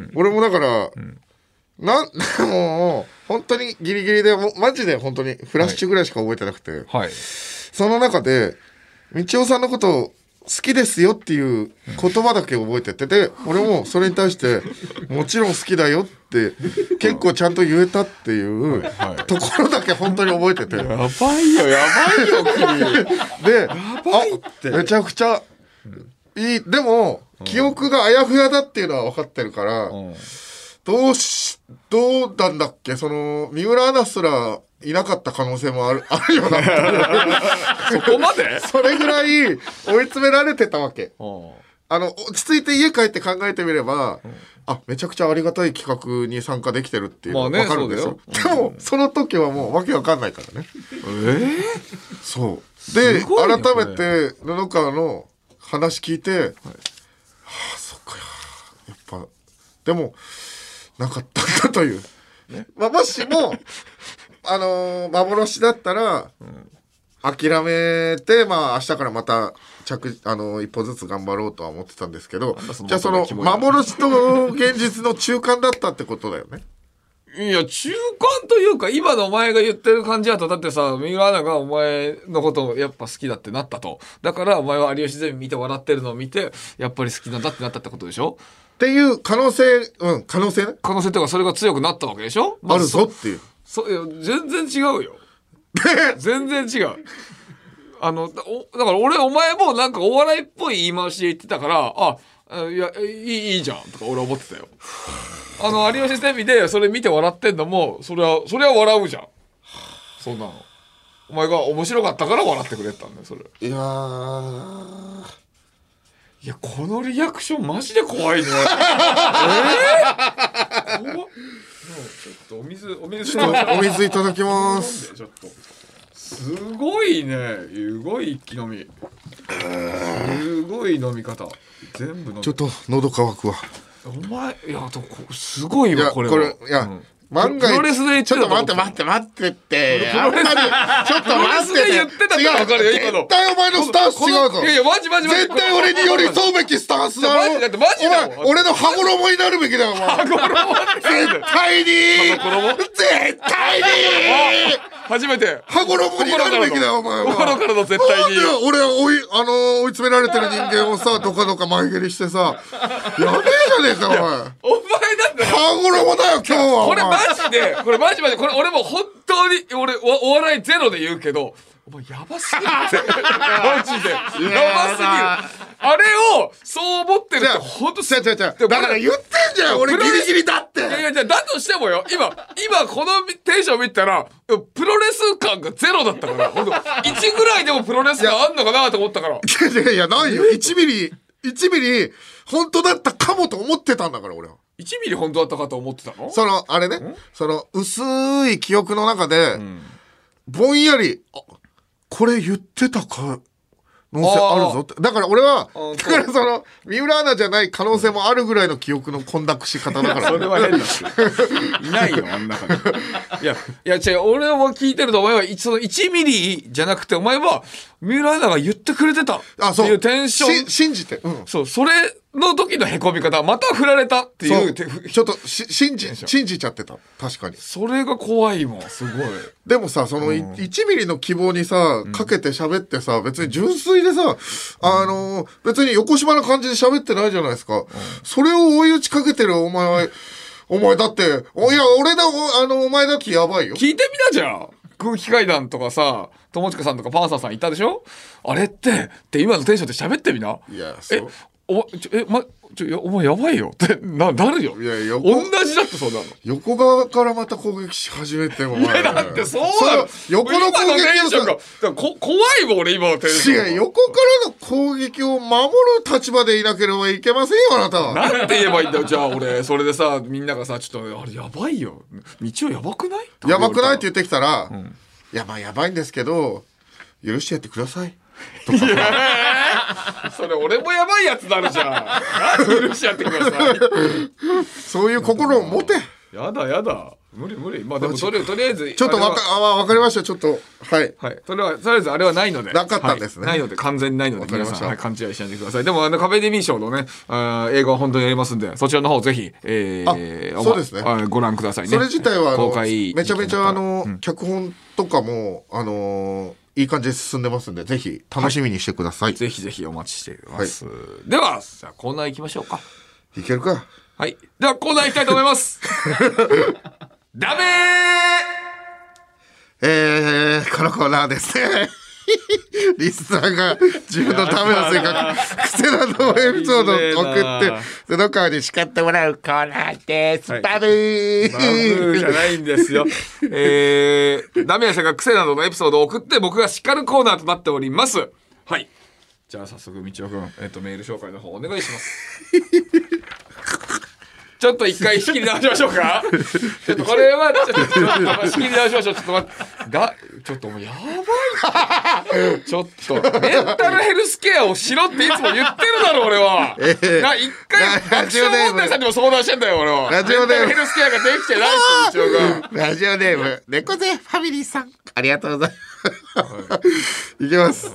Speaker 1: 俺もだから、うん、なもう本当にギリギリでもマジで本当にフラッシュぐらいしか覚えてなくて、はい、その中でみちおさんのことを好きですよっていう言葉だけ覚えてて、で俺もそれに対してもちろん好きだよって結構ちゃんと言えたっていうところだけ本当に覚えてて、やば
Speaker 3: いよやばいよ君
Speaker 1: でやばいってめちゃくちゃいい。でも記憶があやふやだっていうのは分かってるから、どうしどうなんだっけその三浦アナすらいなかった可能性もあるあるよな
Speaker 3: そこまで
Speaker 1: それぐらい追い詰められてたわけ。あの落ち着いて家帰って考えてみれば、うん、あめちゃくちゃありがたい企画に参加できてるっていうのが分かるんですよ、まあね、でも、うん、その時はもうわけわかんないからね。えー、そうで、ね、改めて布川の話聞いて、はい、はあそっかやっぱでもなかったんだという、ねまあ、もしもあのー、幻だったら、うん、諦めてまあ明日からまた着あの一歩ずつ頑張ろうとは思ってたんですけど、じゃあその幻と現実の中間だったってことだよね。
Speaker 3: いや中間というか今のお前が言ってる感じだとだってさ三浦アナがお前のことをやっぱ好きだってなったと、だからお前は有吉ゼミ見て笑ってるのを見てやっぱり好きなんだってなったってことでしょ
Speaker 1: っていう可能性うん可能性ね
Speaker 3: 可能性というかそれが強くなったわけでしょ、
Speaker 1: まあ、あるぞっていう
Speaker 3: そいや全然違うよ全然違うあのだから俺お前もなんかお笑いっぽい言い回しで言ってたからあいやいいいいじゃんとか俺は思ってたよあの有吉ゼミでそれ見て笑ってんのもそれはそれは笑うじゃんそんなのお前が面白かったから笑ってくれたんだよそれ。
Speaker 1: いやー
Speaker 3: いやこのリアクションマジで怖いねえー、怖っちょっとお水お水
Speaker 1: お水いただきます
Speaker 3: ちょっとすごいねすごい一気飲みすごい飲み方全部飲み
Speaker 1: ちょっと喉乾くわ
Speaker 3: お前いやすごいわこれは。
Speaker 1: いやこれいや、うん万が一ちょっと待って待って待ってって
Speaker 3: あんまりちょっと待ってって言ってたから分かるよ今の
Speaker 1: 絶対お前のスタンス違うぞ。
Speaker 3: いやいやマジマジマジ
Speaker 1: 絶対俺に寄り添うべきスタンスだろ。
Speaker 3: マジだってマジだよ
Speaker 1: お前俺の羽衣になるべきだよお前
Speaker 3: 羽衣
Speaker 1: 絶対に絶対に
Speaker 3: 初めて
Speaker 1: 羽衣になるべきだよお前は。
Speaker 3: 心からの絶対に
Speaker 1: 俺は追いあのー、追い詰められてる人間をさどかどか前蹴りしてさやべえじゃねえかお前。お前
Speaker 3: なんだよ
Speaker 1: 羽衣だよ今日は
Speaker 3: これマジでこれマジマジこれ俺も本当に俺 お, お笑いゼロで言うけどお前やばすぎるってマジでやばすぎるあれをそう思ってるって本当
Speaker 1: 違う違う違うだから言ってんじゃん俺ギリギリだってい
Speaker 3: やいやだとしてもよ今今このテンション見たらプロレス感がゼロだったから本当いちぐらいでもプロレス感あんのかなと思ったから
Speaker 1: いやいやいやないよいちミリいちミリ本当だったかもと思ってたんだから俺はい
Speaker 3: ちミリ本当だったかと思ってたの
Speaker 1: そのあれねその薄い記憶の中で、うん、ぼんやりあこれ言ってたか能性あるぞってだから俺はだからその三浦アナじゃない可能性もあるぐらいの記憶の混濁し方だから
Speaker 3: それは変だしいないよあん中にいやいや違う俺も聞いてるとお前はそのいちミリじゃなくてお前は三浦アナが言ってくれてたっていうテンション
Speaker 1: 信じて、うん、
Speaker 3: そうそれの時のへこみ方また振られたっていう
Speaker 1: ちょっとし信じ信じちゃってた確かに
Speaker 3: それが怖いもんすごい
Speaker 1: でもさその、うん、いちミリの希望にさかけて喋ってさ別に純粋でさ、うん、あの別に横島な感じで喋ってないじゃないですか、うん、それを追い打ちかけてるお前はお前だっておいや俺だあのお前だってやばいよ
Speaker 3: 聞いてみなじゃん空気階段とかさ友近さんとかパンサーさんいたでしょあれってって今のテンションで喋ってみない
Speaker 1: やそう
Speaker 3: えおちょえまちょお前やばいよってななるよ。
Speaker 1: いや
Speaker 3: 横同じだってそうなの。
Speaker 1: 横側からまた攻撃し始めても前。
Speaker 3: いやだってそうなの。
Speaker 1: 横の攻撃を
Speaker 3: さこ怖いもん俺今のテンション。
Speaker 1: いや横からの攻撃を守る立場でいなければいけませんよあなたは。
Speaker 3: なんて言えばいいんだよじゃあ俺それでさみんながさちょっとあれやばいよ道をやばくない？
Speaker 1: やばくないって言ってきたら、うん、いやまあやばいんですけど許してやってください。とか
Speaker 3: それ俺もやばいやつになるじゃん許しやってください
Speaker 1: そういう心を持て
Speaker 3: やだやだ無理無理まあでもとりあえず
Speaker 1: ちょっとわかあわかりましたちょっとはい、
Speaker 3: はい、とりあえずあれはないので
Speaker 1: なかったんですね、
Speaker 3: はい、ないので完全にないので皆さん、はい、勘違いしないでくださいでもあのカベデミー賞のねあ映画は本当にやりますんでそちらの方ぜひ、えー、
Speaker 1: あそうですね
Speaker 3: ご覧くださいね
Speaker 1: それ自体は
Speaker 3: 公開
Speaker 1: めちゃめちゃあの、うん、脚本とかもあのーいい感じで進んでますんでぜひ楽しみにしてください、はい、
Speaker 3: ぜひぜひお待ちしています、はい、ではじゃあコーナー行きましょうか
Speaker 1: いけるか
Speaker 3: はいではコーナー行きたいと思いますダメ
Speaker 1: ーえー、このコーナーですねリスナーが自分のための性格癖などをエピソードを送って布川に叱ってもらうコーナーです、はい、バブー
Speaker 3: バブーじゃないんですよ、えー、ダメな性格癖などのエピソードを送って僕が叱るコーナーとなっております。はい、じゃあ早速みちおくん、えっと、メール紹介の方お願いしますちょっと一回仕切り直しましょうかちょっとこれはちょっとちょっと仕切り直しましょう。ちょっと待ってだちょっともうやばいちょっとメンタルヘルスケアをしろっていつも言ってるだろ俺は、えー、な一回爆笑問題さんにも相談してんだよ俺は。ラジオネームメンタルヘルスケアができてないっていう一応が
Speaker 1: ラジオネーム猫背ファミリーさんありがとうございます、いきます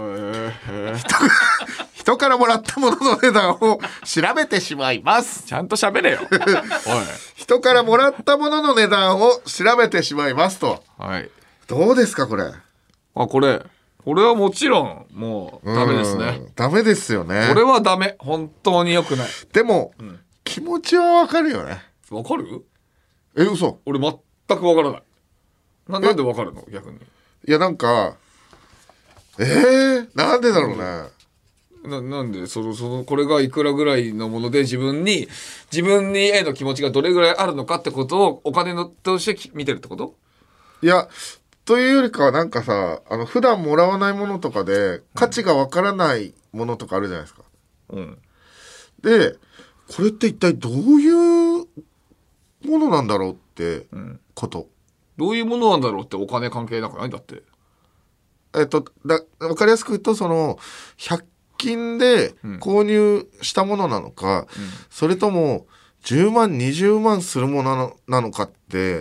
Speaker 1: 人からもらったものの値段を調べてしまいます。
Speaker 3: ちゃんと喋れよおい
Speaker 1: 人からもらったものの値段を調べてしまいますと、
Speaker 3: はい、
Speaker 1: どうですかこれ。
Speaker 3: あこれこれはもちろんもうダメですね。
Speaker 1: ダメですよね。
Speaker 3: これはダメ本当に良くない。
Speaker 1: でも、うん、気持ちはわかるよね。
Speaker 3: わかる？
Speaker 1: え嘘。
Speaker 3: 俺全くわからない。な, なんでわかるの逆に。
Speaker 1: いやなんかえー、なんでだろうね。
Speaker 3: な, なんでそのそのこれがいくらぐらいのもので自分に自分にへの気持ちがどれぐらいあるのかってことをお金のとして見てるってこと？
Speaker 1: いやというよりかはなんかさあの普段もらわないものとかで価値がわからないものとかあるじゃないですか、うん、でこれって一体どういうものなんだろうってこと、うん、
Speaker 3: どういうものなんだろうってお金関係なくない？だって
Speaker 1: えっとだ分かりやすく言うとそのひゃくひゃく均で購入したものなのか、うん、それともじゅうまんにじゅうまんするものなのかって、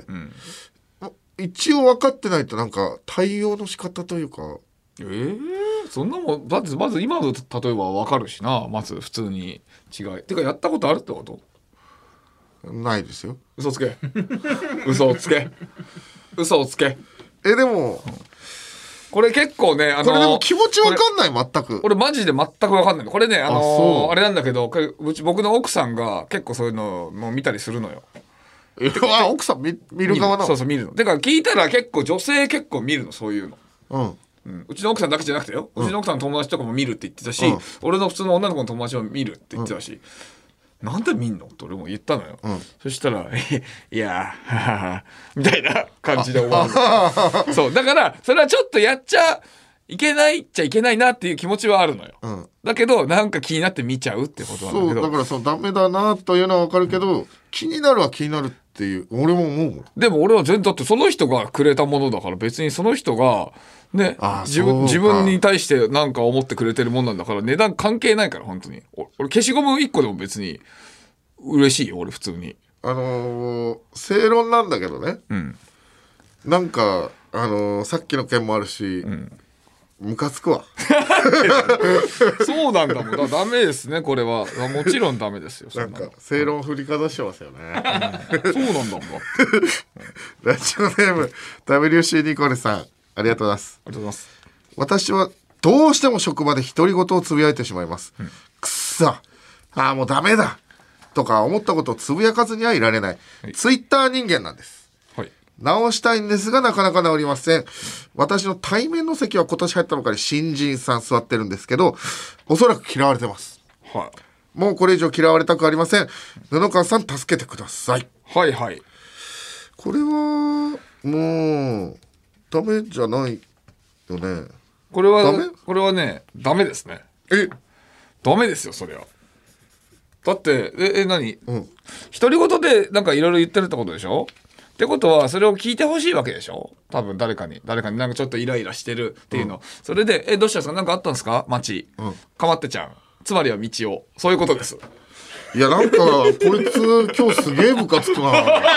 Speaker 1: うん、一応分かってないとなんか対応の仕方というか
Speaker 3: えー、そんなもんだってまず今の例えば分かるしな。まず普通に違いてかやったことあるってこと？
Speaker 1: ないですよ。
Speaker 3: 嘘つけ嘘をつけ嘘をつけ
Speaker 1: えでも、うん
Speaker 3: これ結構ね、あのー、
Speaker 1: これでも気持ちわかんない全く。
Speaker 3: 俺マジで全くわかんないの。これね、あのー、あ, あれなんだけど、うち僕の奥さんが結構そういうのも見たりするのよ。
Speaker 1: え奥さん 見, 見る側なの？
Speaker 3: そうそう見るの。てか聞いたら結構女性結構見るのそういうの。
Speaker 1: うん
Speaker 3: うん、うちの奥さんだけじゃなくてよ、うん、うちの奥さんの友達とかも見るって言ってたし、うん、俺の普通の女の子の友達も見るって言ってたし、うん、なんで見んのって俺も言ったのよ、うん、そしたらいやはははみたいな感じで終わるそうだからそれはちょっとやっちゃいけないっちゃいけないなっていう気持ちはあるのよ、うん、だけどなんか気になって見ちゃうってことなんだけど。
Speaker 1: そうだからそうダメだなというのは分かるけど、うん、気になるは気になるっていう俺も思うもん。
Speaker 3: でも俺は全然だってその人がくれたものだから別にその人がね自分自分に対してなんか思ってくれてるもんなんだから値段関係ないから本当に。俺消しゴムいっこでも別に嬉しいよ俺普通に。
Speaker 1: あのー、正論なんだけどね、うん、なんかあのー、さっきの件もあるし、うんムカつくわ
Speaker 3: そうなんだもん。だダメですねこれは。もちろんダメですよ。そ
Speaker 1: んななんか正論振りかざしてますよね、
Speaker 3: うん、そうなんだもん
Speaker 1: ラジオネーム ダブリューシー ニコルさんありがとうございます。
Speaker 3: ありがとうございます。
Speaker 1: 私はどうしても職場で独り言をつぶやいてしまいます、うん、くっさああもうダメだとか思ったことをつぶやかずにはいられない、はい、ツイッター人間なんです。直したいんですがなかなか直りません。私の対面の席は今年入ったばかり新人さん座ってるんですけどおそらく嫌われてます、はい、もうこれ以上嫌われたくありません。布川さん助けてください。
Speaker 3: はいはい。
Speaker 1: これはもうダメじゃないよね。
Speaker 3: これはダメ？これはねダメですね。
Speaker 1: え
Speaker 3: ダメですよそれは。だってええ何、うん、独り言でなんかいろいろ言ってるってことでしょってことはそれを聞いてほしいわけでしょ多分誰かに誰かになんかちょっとイライラしてるっていうの、うん、それでえどうしたんですかなんかあったんですか街、うん、かまってちゃんつまりは道をそういうことです。
Speaker 1: いやなんかこいつ今日すげえムカつくな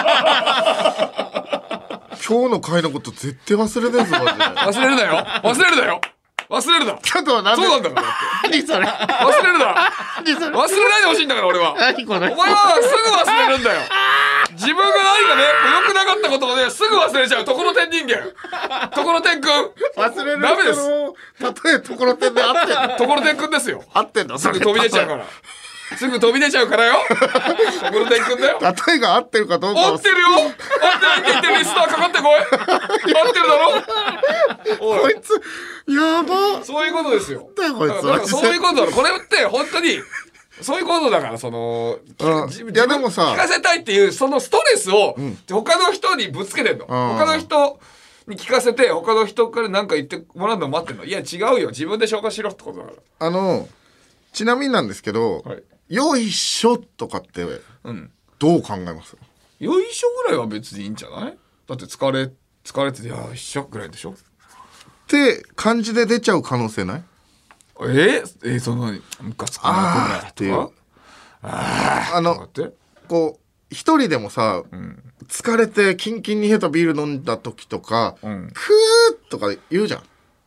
Speaker 1: 今日の回のこと絶対忘れねえぞマジで。
Speaker 3: 忘れるなよ忘れるなよ忘れるな。
Speaker 1: ちょっとなんで
Speaker 3: そうなんだから
Speaker 1: 何それ
Speaker 3: 忘れるな忘れないでほしいんだから俺は。
Speaker 1: 何これ
Speaker 3: お前はすぐ忘れるんだよ自分が何かね良くなかったことをねすぐ忘れちゃうところてん人間ところてんくん
Speaker 1: 忘れる
Speaker 3: ダメです。
Speaker 1: たとえところてんで合ってんの
Speaker 3: ところてんくんですよ。
Speaker 1: 合ってんの
Speaker 3: すぐ飛び出ちゃうからすぐ飛び出ちゃうからよ。ゴルデン君だよ。
Speaker 1: 例えが合ってるかどうか
Speaker 3: 合ってるよ。合ってないって言ってるリスナーかかってこい。合ってるだろ。
Speaker 1: こいつやば。
Speaker 3: そういうことですよ。
Speaker 1: だよこいつ。
Speaker 3: だからそういうことだろ。これって本当にそういうことだから、その、
Speaker 1: うん、いやでもさ
Speaker 3: 聞かせたいっていうそのストレスを他の人にぶつけてんの、うん、他の人に聞かせて他の人から何か言ってもらうのを待ってんの。いや違うよ、自分で消化しろってことだから。
Speaker 1: あのちなみになんですけど、はい、よいしょとかってどう考えます？
Speaker 3: よいしょぐらいは別にいいんじゃない？だって疲れ疲れててよいしょぐらいでしょ
Speaker 1: って感じで出ちゃう可能性ない？
Speaker 3: えー、えー、そのムカつくなっていう。
Speaker 1: ああのこう一人でもさ、うん、疲れてキンキンに冷えたビール飲んだ時とか、うん、クーとか言うじゃん。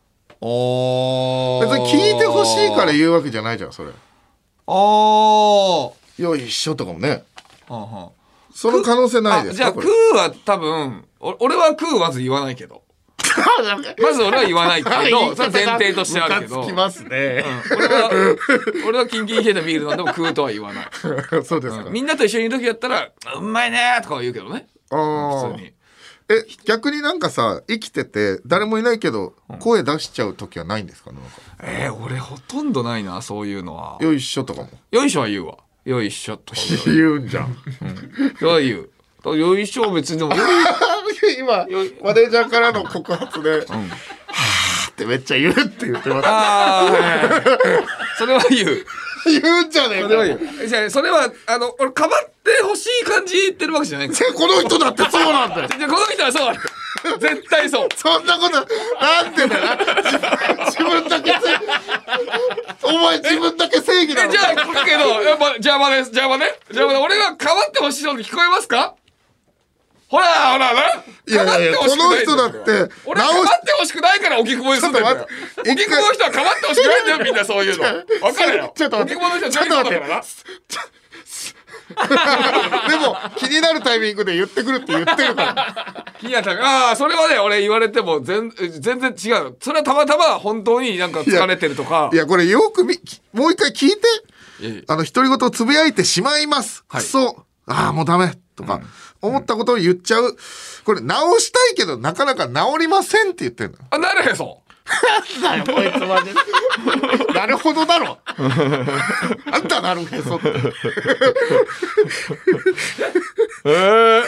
Speaker 3: お
Speaker 1: 別に聞いてほしいから言うわけじゃないじゃんそれ。
Speaker 3: あー
Speaker 1: よいしょとかもね。ははその可能性ないですか？
Speaker 3: じゃあクーは多分俺はクーまず言わないけど。まず俺は言わないけど、それ前提としてあるけど。
Speaker 1: ムカつきますね。
Speaker 3: うん、俺は俺はキンキン冷えたビール飲んでも食うとは言わない。
Speaker 1: そうですか、
Speaker 3: うん。みんなと一緒にいる時やったらうまいねとかは言うけどね。
Speaker 1: あ普通に。え逆になんかさ生きてて誰もいないけど声出しちゃう時はないんですかね？なんか
Speaker 3: えー、俺ほとんどないなそういうのは。
Speaker 1: よいしょとかも。
Speaker 3: よいしょは言うわ。よいしょとか
Speaker 1: 言うんじゃん。
Speaker 3: うん、言う。よいしょ別にでも
Speaker 1: 今マネージャーからの告発で、うん、はーってめっちゃ言うって言ってます。
Speaker 3: ああ、はいはい、それは言う。
Speaker 1: 言うんじゃねえか。
Speaker 3: それは言う。じゃあそれはあの俺かばってほしい感じ言ってるわけじゃないから。
Speaker 1: この人だってそうなんだよ。
Speaker 3: じゃあこの人はそうだ。絶対そう。
Speaker 1: そんなことなんでだよ。自分だけお前自分だけ正義なの。
Speaker 3: じゃあ聞くけどやっぱ邪魔です邪魔ね邪魔で俺がかばってほしいのに聞こえますか？ほらほらな。
Speaker 1: いやいやいやこの人だって
Speaker 3: 俺はかばってほしくないから荻窪に住んでるんだよ。荻窪の人はかばってほしくないんだよみんなそういうの。わかるよ。
Speaker 1: ちょっと待って。
Speaker 3: 荻窪の人はちょっと待って。
Speaker 1: でも気になるタイミングで言ってくるって言ってるから。
Speaker 3: 気になるタイミング。ああそれはね俺言われても全全然違う。それはたまたま本当になんか疲れてるとか。
Speaker 1: いやこれよくみもう一回聞いて。あの独り言をつぶやいてしまいます。クソ。ああもうダメとか。思ったことを言っちゃう。これ直したいけどなかなか直りませんって言ってんの。
Speaker 3: あなるへそ。
Speaker 1: なんだよこいつマジで。なるほどだろ。あんたなるへそって。
Speaker 3: えー、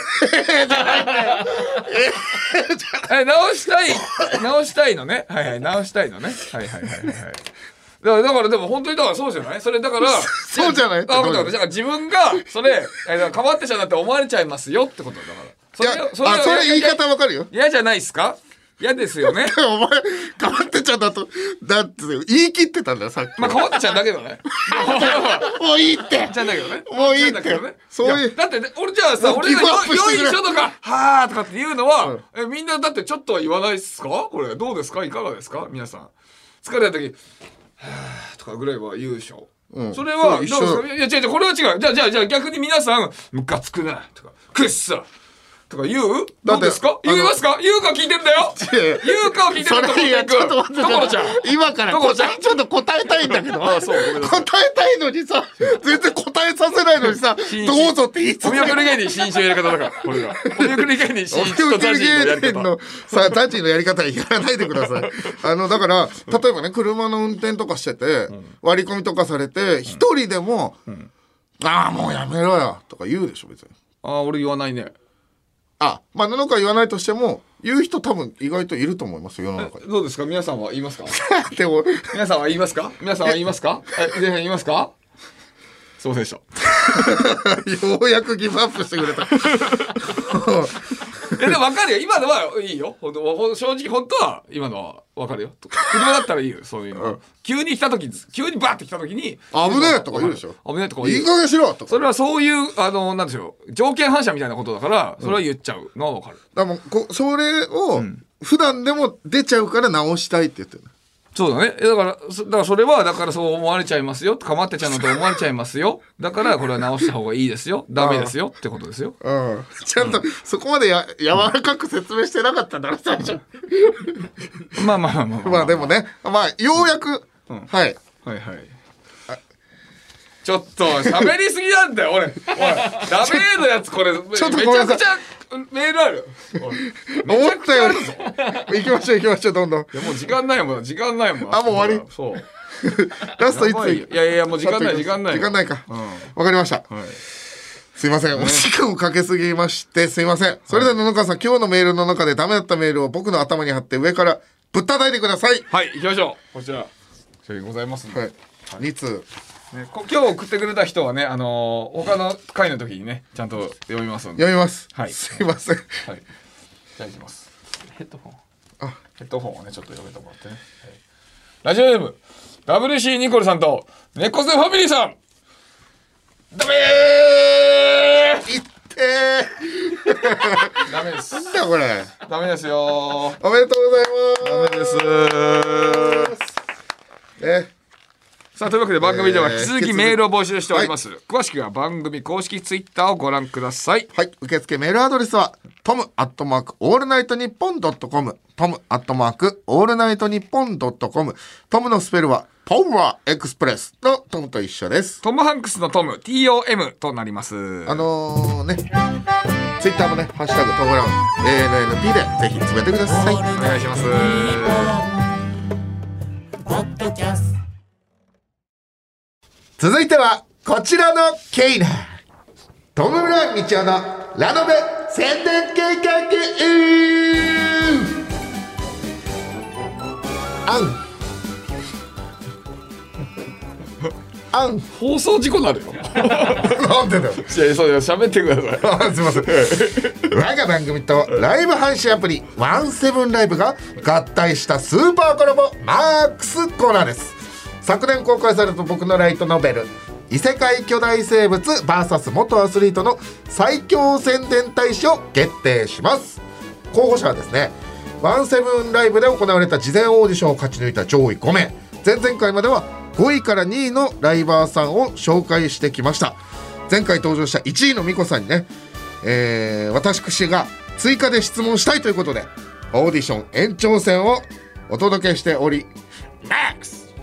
Speaker 3: え直したい直したいのね。はいはい直したいのね。はいはいはいはい。だから、だからでも本当にだからそうじゃない？それだから
Speaker 1: そうじゃない？
Speaker 3: だからだから自分がそれかばってちゃうなって思われちゃいますよってことだから。
Speaker 1: それいやそれあそれ言い方わかるよ。
Speaker 3: 嫌じゃないですか？嫌ですよね。
Speaker 1: お前かばってちゃうだとだって言い切ってたんだよさっき。
Speaker 3: まあかばってちゃうだけどね。
Speaker 1: もういいって。
Speaker 3: ちゃうんだけどね。
Speaker 1: もういいって。そういう
Speaker 3: だって俺じゃあさ俺がよいしょとかはーとかって言うのはえみんなだってちょっとは言わないですか？これどうですか？いかがですか？皆さん疲れた時。はぁとかぐらいは言うでしょ、うん、それはどうですか？いや違う違うこれは違う。じゃあじゃあじゃあ逆に皆さんムカつくなとかくっさとか言う？どうですか？言いますか？言うか聞いてんだよ。言うかを聞いてんだよ。
Speaker 1: いやちょっと待って。
Speaker 3: 所ちゃん
Speaker 1: 今から答えちょっと答えたいんだけど。あそうごめんなさい。答えたいのにさ全然答えさせないのにさどうぞって言い続ける。
Speaker 3: お見送り芸人新一のやり方だからこれが。お見送り芸人新一とザジーのやり方の
Speaker 1: さザジーのやり方やらないでください。あのだから例えばね車の運転とかしてて、うん、割り込みとかされて一、うん、人でも、うん、ああもうやめろよとか言うでしょ別に。
Speaker 3: ああ俺言わないね。
Speaker 1: あ、まあ何か言わないとしても言う人多分意外といると思いますよ世の中に。
Speaker 3: どうですか皆さんは言いますか？
Speaker 1: でも
Speaker 3: 皆さんは言いますか？皆さんは言いますか？え皆さん言いますか？そうでした。
Speaker 1: ようやくギブアップしてくれた。
Speaker 3: えでも分かるよ今のはいいよほんと正直本当は今のは分かるよ車だったらいいよそういうの、うん、急に来た時急にバーって来た時に
Speaker 1: 危ねえとか言うでしょ。
Speaker 3: 危ねえとか言う
Speaker 1: いい加減しろとか。
Speaker 3: それはそういうあのなんでしょう条件反射みたいなことだからそれは言っちゃうのは分かる、
Speaker 1: うん、だからもうこそれを普段でも出ちゃうから直したいって言ってる。
Speaker 3: そうだね。だから、だからそれは、だからそう思われちゃいますよ。かまってちゃうのと思われちゃいますよ。だから、これは直した方がいいですよ。ダメですよ。ってことですよ。
Speaker 1: うん。ちゃんと、うん、そこまでや柔らかく説明してなかったんだな、最初。
Speaker 3: まあまあまあまあ、まあ。
Speaker 1: まあでもね、まあ、ようやく、うん、はい。
Speaker 3: はいはい。ちちょっと喋りすぎなんだよ俺。おいダメのやつこれめちゃくちゃメールある。
Speaker 1: 思ったより行きましょう行きましょうどんどん。い
Speaker 3: やもう時間ないもん時間ないもん。
Speaker 1: あもう終わり。
Speaker 3: そう
Speaker 1: ラストいつ
Speaker 3: いやいやもう時間ない時間ない
Speaker 1: 時間ないか。わかりました。すいません、お時間をかけすぎましてすいません。それでは野々川さん、今日のメールの中でダメだったメールを僕の頭に貼って上からぶったたいてください。
Speaker 3: はい行きましょう。こちらこちらにございますので、
Speaker 1: はい、に通、
Speaker 3: ね、今日送ってくれた人はね、あのー、他の回の時にねちゃんと読みますので
Speaker 1: 読みます。
Speaker 3: はい、
Speaker 1: すいません。はい、
Speaker 3: じゃあいきます。ヘッドフォンあヘッドフォンをねちょっと読めてもらってね、はい、ラジオネーム ダブリューシー ニコルさんと猫背ファミリーさんダメーいってーダメです。
Speaker 1: なんだこれ
Speaker 3: ダメですよー。
Speaker 1: おめでとうございます。
Speaker 3: ダメですー。
Speaker 1: え
Speaker 3: さあというわけで番組では引き続きメールを募集しております、えー、詳しくは番組公式ツイッターをご覧ください。
Speaker 1: はい、受付メールアドレスはトムアットマークオールナイトニッポンドットコム、トムアットマークオールナイトニッポンドットコム、トムのスペルはパワーエクスプレスのトムと一緒です。
Speaker 3: トムハンクスのトム ティーオーエム となります。
Speaker 1: あのー、ねツイッターもねハッシュタグトムラウン エーエヌエヌピー でぜひつぶやいてください。お
Speaker 3: 願いします。
Speaker 1: 続いてはこちらのケイナトム・ブラウンみちおのラノベ宣伝計画あんあん
Speaker 3: 放送事故になるよ
Speaker 1: なんでだよ。
Speaker 3: いやそうよ喋ってください
Speaker 1: すいません我が番組とライブ配信アプリワンセブンライブが合体したスーパーコラボマークスコーナーです。昨年公開された僕のライトノベル異世界巨大生物 ブイエス 元アスリートの最強宣伝大使を決定します。候補者はですねワンセブンライブで行われた事前オーディションを勝ち抜いた上位ごめい、前々回まではごいからにいのライバーさんを紹介してきました。前回登場したいちいのミコさんにね、えー、私が追加で質問したいということでオーディション延長戦をお届けしておりマックス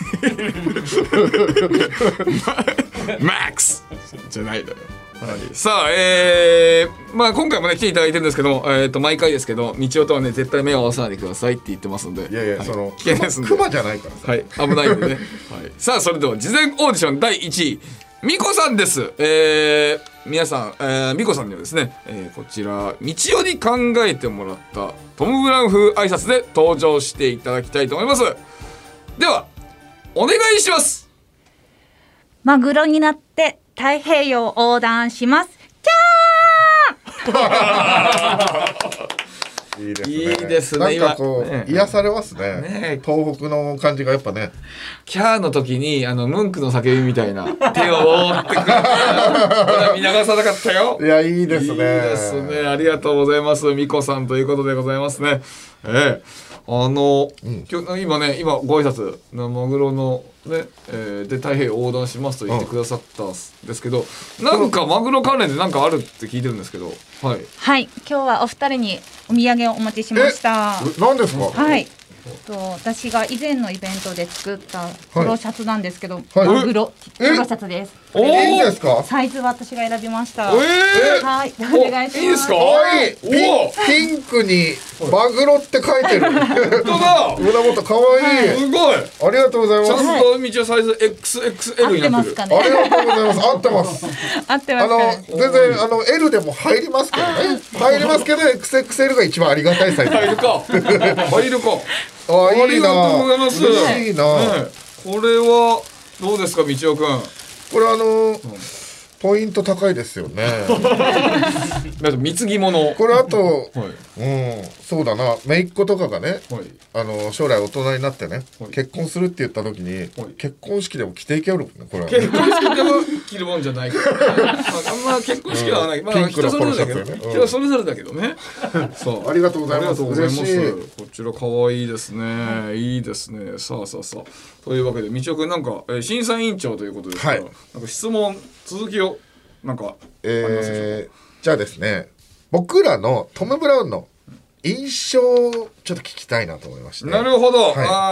Speaker 3: マックスじゃないだよ、はい、さあ、えーまあ、今回もね来ていただいてるんですけど、えー、と毎回ですけど道夫とはね絶対目を合わさないでくださいって言ってますんで、
Speaker 1: いやいや、はい、その
Speaker 3: 危険ですんで
Speaker 1: クマじゃないからさ、
Speaker 3: はい、危ないんでね、はい、さあそれでは事前オーディションだいいちいミコさんです。えー、皆さん、えー、ミコさんにはですね、えー、こちら道夫に考えてもらったトム・ブラウン風挨拶で登場していただきたいと思います。ではお願いします。
Speaker 7: マグロになって太平洋を横断します。キャー
Speaker 1: いいですね。
Speaker 3: いいですね。
Speaker 1: なんかこう、ね、癒されますね。
Speaker 3: ね
Speaker 1: 東北の感じがやっぱね。
Speaker 3: キャーの時にあのムンクの叫びみたいな手を覆ってくる。これは見逃さなかったよ。
Speaker 1: いやいいですね。いい
Speaker 3: ですね。ありがとうございます。ミコさんということでございますね。ええあの、うん、今日今ね今ご挨拶のマグロのね、えー、で太平洋横断しますと言ってくださったんですけど、うん、なんかマグロ関連でなんかあるって聞いてるんですけど、はい
Speaker 7: はい今日はお二人にお土産をお持ちしました。
Speaker 1: 何ですか？
Speaker 7: はいと私が以前のイベントで作ったポロシャツなんですけど、はい、マグロポロシャツです。
Speaker 1: いいんですか？
Speaker 7: サイズは私が選びました。
Speaker 3: えー、
Speaker 7: はいお願いします。
Speaker 3: いいですか？
Speaker 1: はい。ピンクにマグロって書いてる。本
Speaker 3: 当だ。
Speaker 1: 胸元可愛い。
Speaker 3: すごい。
Speaker 1: ありがとうございます。
Speaker 3: ちゃんと道はサイズ エックスエックスエル になってる。
Speaker 7: 合ってますかね。
Speaker 1: ありがとうございます。合ってます。
Speaker 7: 合ってますかね。
Speaker 1: あの全然あの エル でも入りますけどね。入りますけど エックスエックスエル が一番ありがたいサイズ。
Speaker 3: 入るか。入るか。
Speaker 1: あ、いいな。
Speaker 3: ありがとうございます。
Speaker 1: 嬉しいな。
Speaker 3: ね、これはどうですか、道夫くん。
Speaker 1: これあのーうん、ポイント高いですよね。
Speaker 3: なんか貢ぎ物。
Speaker 1: これあと、はい、うん、そうだな、姪っ子とかがね、はい、あの将来大人になってね、はい、結婚するって言った時に、はい、結婚式でも着ていけるもんね、これは。
Speaker 3: 結婚式でも着るもんじゃないから、ね。まあ、あんま結婚式はない。うん、まあ人それぞれだけど、ね、人それぞれだけどね。
Speaker 1: そう。ありがとうございます。
Speaker 3: 嬉しい。こちら可愛いですね。はい、いいですね。さあさあさあ。というわけで道夫くんなんか、えー、審査委員長ということですから、はい、なんか質問続きをなんかありますでしょうか。
Speaker 1: えー、じゃあですね、僕らのトム・ブラウンの印象をちょっと聞きたいなと思いまして。
Speaker 3: なるほど。はい、あさ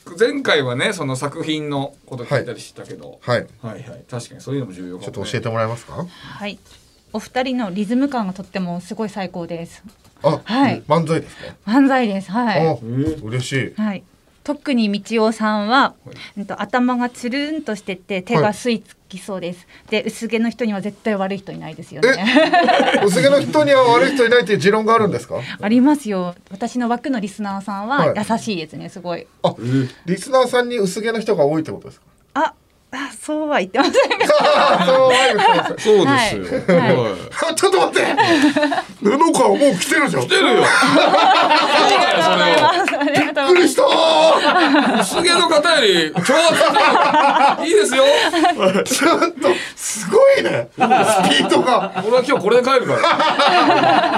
Speaker 3: 前回はねその作品のこと聞いたりしたけど、
Speaker 1: はい、
Speaker 3: はいはいはい確かにそういうのも重要かも、ね、
Speaker 1: ちょっと教えてもらえますか。
Speaker 7: はい、お二人のリズム感がとってもすごい最高です。
Speaker 1: あ、はい、漫才ですか。
Speaker 7: 漫才です。はい。
Speaker 1: あ、嬉しい。
Speaker 7: はい。特に道夫さんは、はい、頭がつるんとしてて手が吸い付きそうです、はい、で薄毛の人には絶対悪い人いないですよね。
Speaker 1: 薄毛の人には悪い人いないっていう持論があるんですか。
Speaker 7: ありますよ。私の枠のリスナーさんは優しいですね、すごい。
Speaker 1: あ、リスナーさんに薄毛の人が多いってことですか。
Speaker 7: あ、あ、そうは言ってませんが。
Speaker 3: そうですよ。はい
Speaker 1: はい、ちょっと待って。布川もう来てるじゃん。
Speaker 3: 来てるよ。
Speaker 1: びっくりした。
Speaker 3: 薄毛の方より超いいですよ。
Speaker 1: ちょっとすごいね。スピードが。
Speaker 3: 俺は今日これで帰るから。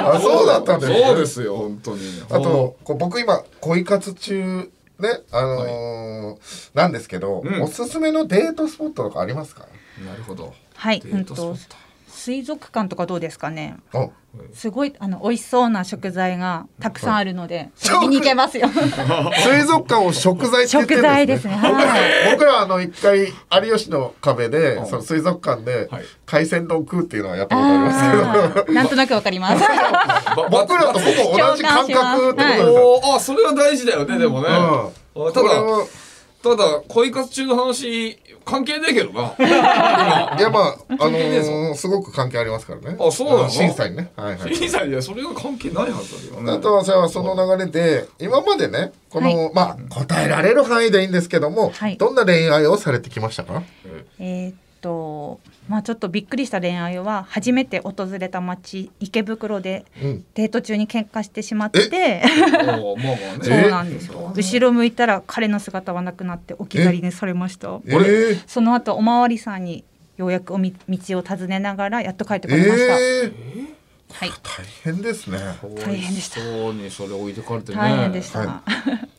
Speaker 1: あ、そうだったんですね。
Speaker 3: そうですよ本当に。
Speaker 1: あとこう僕今恋活中ね、あのーはい、なんですけど、うん、おすすめのデートスポットとかありますか。
Speaker 3: なるほど。
Speaker 7: はい、うんと水族館とかどうですかね。すごいあの美味しそうな食材がたくさんあるので、はい、見に行けますよ。
Speaker 1: 水族館を食材って言ってるんですね。食材ですね。はい、僕らあの一回有吉の壁でその水族館で海鮮丼食うっていうのはやったことありますけど、
Speaker 7: なんとなくわかります。
Speaker 1: 僕らとほぼ同じ感覚ってことですよ。
Speaker 3: はい、あ、それは大事だよね、でもね。うん、ただただ恋活中の話関係ねえけどな。
Speaker 1: いやまああのー、すごく関係ありますからね。
Speaker 3: あ、そうなの。
Speaker 1: 審査にね。はいはい。
Speaker 3: 審査にはそれが関係ないはずだけどね。
Speaker 1: あとはさその流れで今までねこの、はい、まあ答えられる範囲でいいんですけども、はい、どんな恋愛をされてきましたか。
Speaker 7: えー、っとまあちょっとびっくりした恋愛は初めて訪れた町池袋でデート中に喧嘩してしまって、うん、そうなんですよ。後ろ向いたら彼の姿はなくなって置き去りにされました。えー、その後おまわりさんにようやくおみ道を尋ねながらやっと帰ってこれました。えー
Speaker 1: はい、大変ですね。
Speaker 7: 大変でした。
Speaker 3: そうにそれ置いてかれてね。
Speaker 7: 大変でした。はい、いやこれは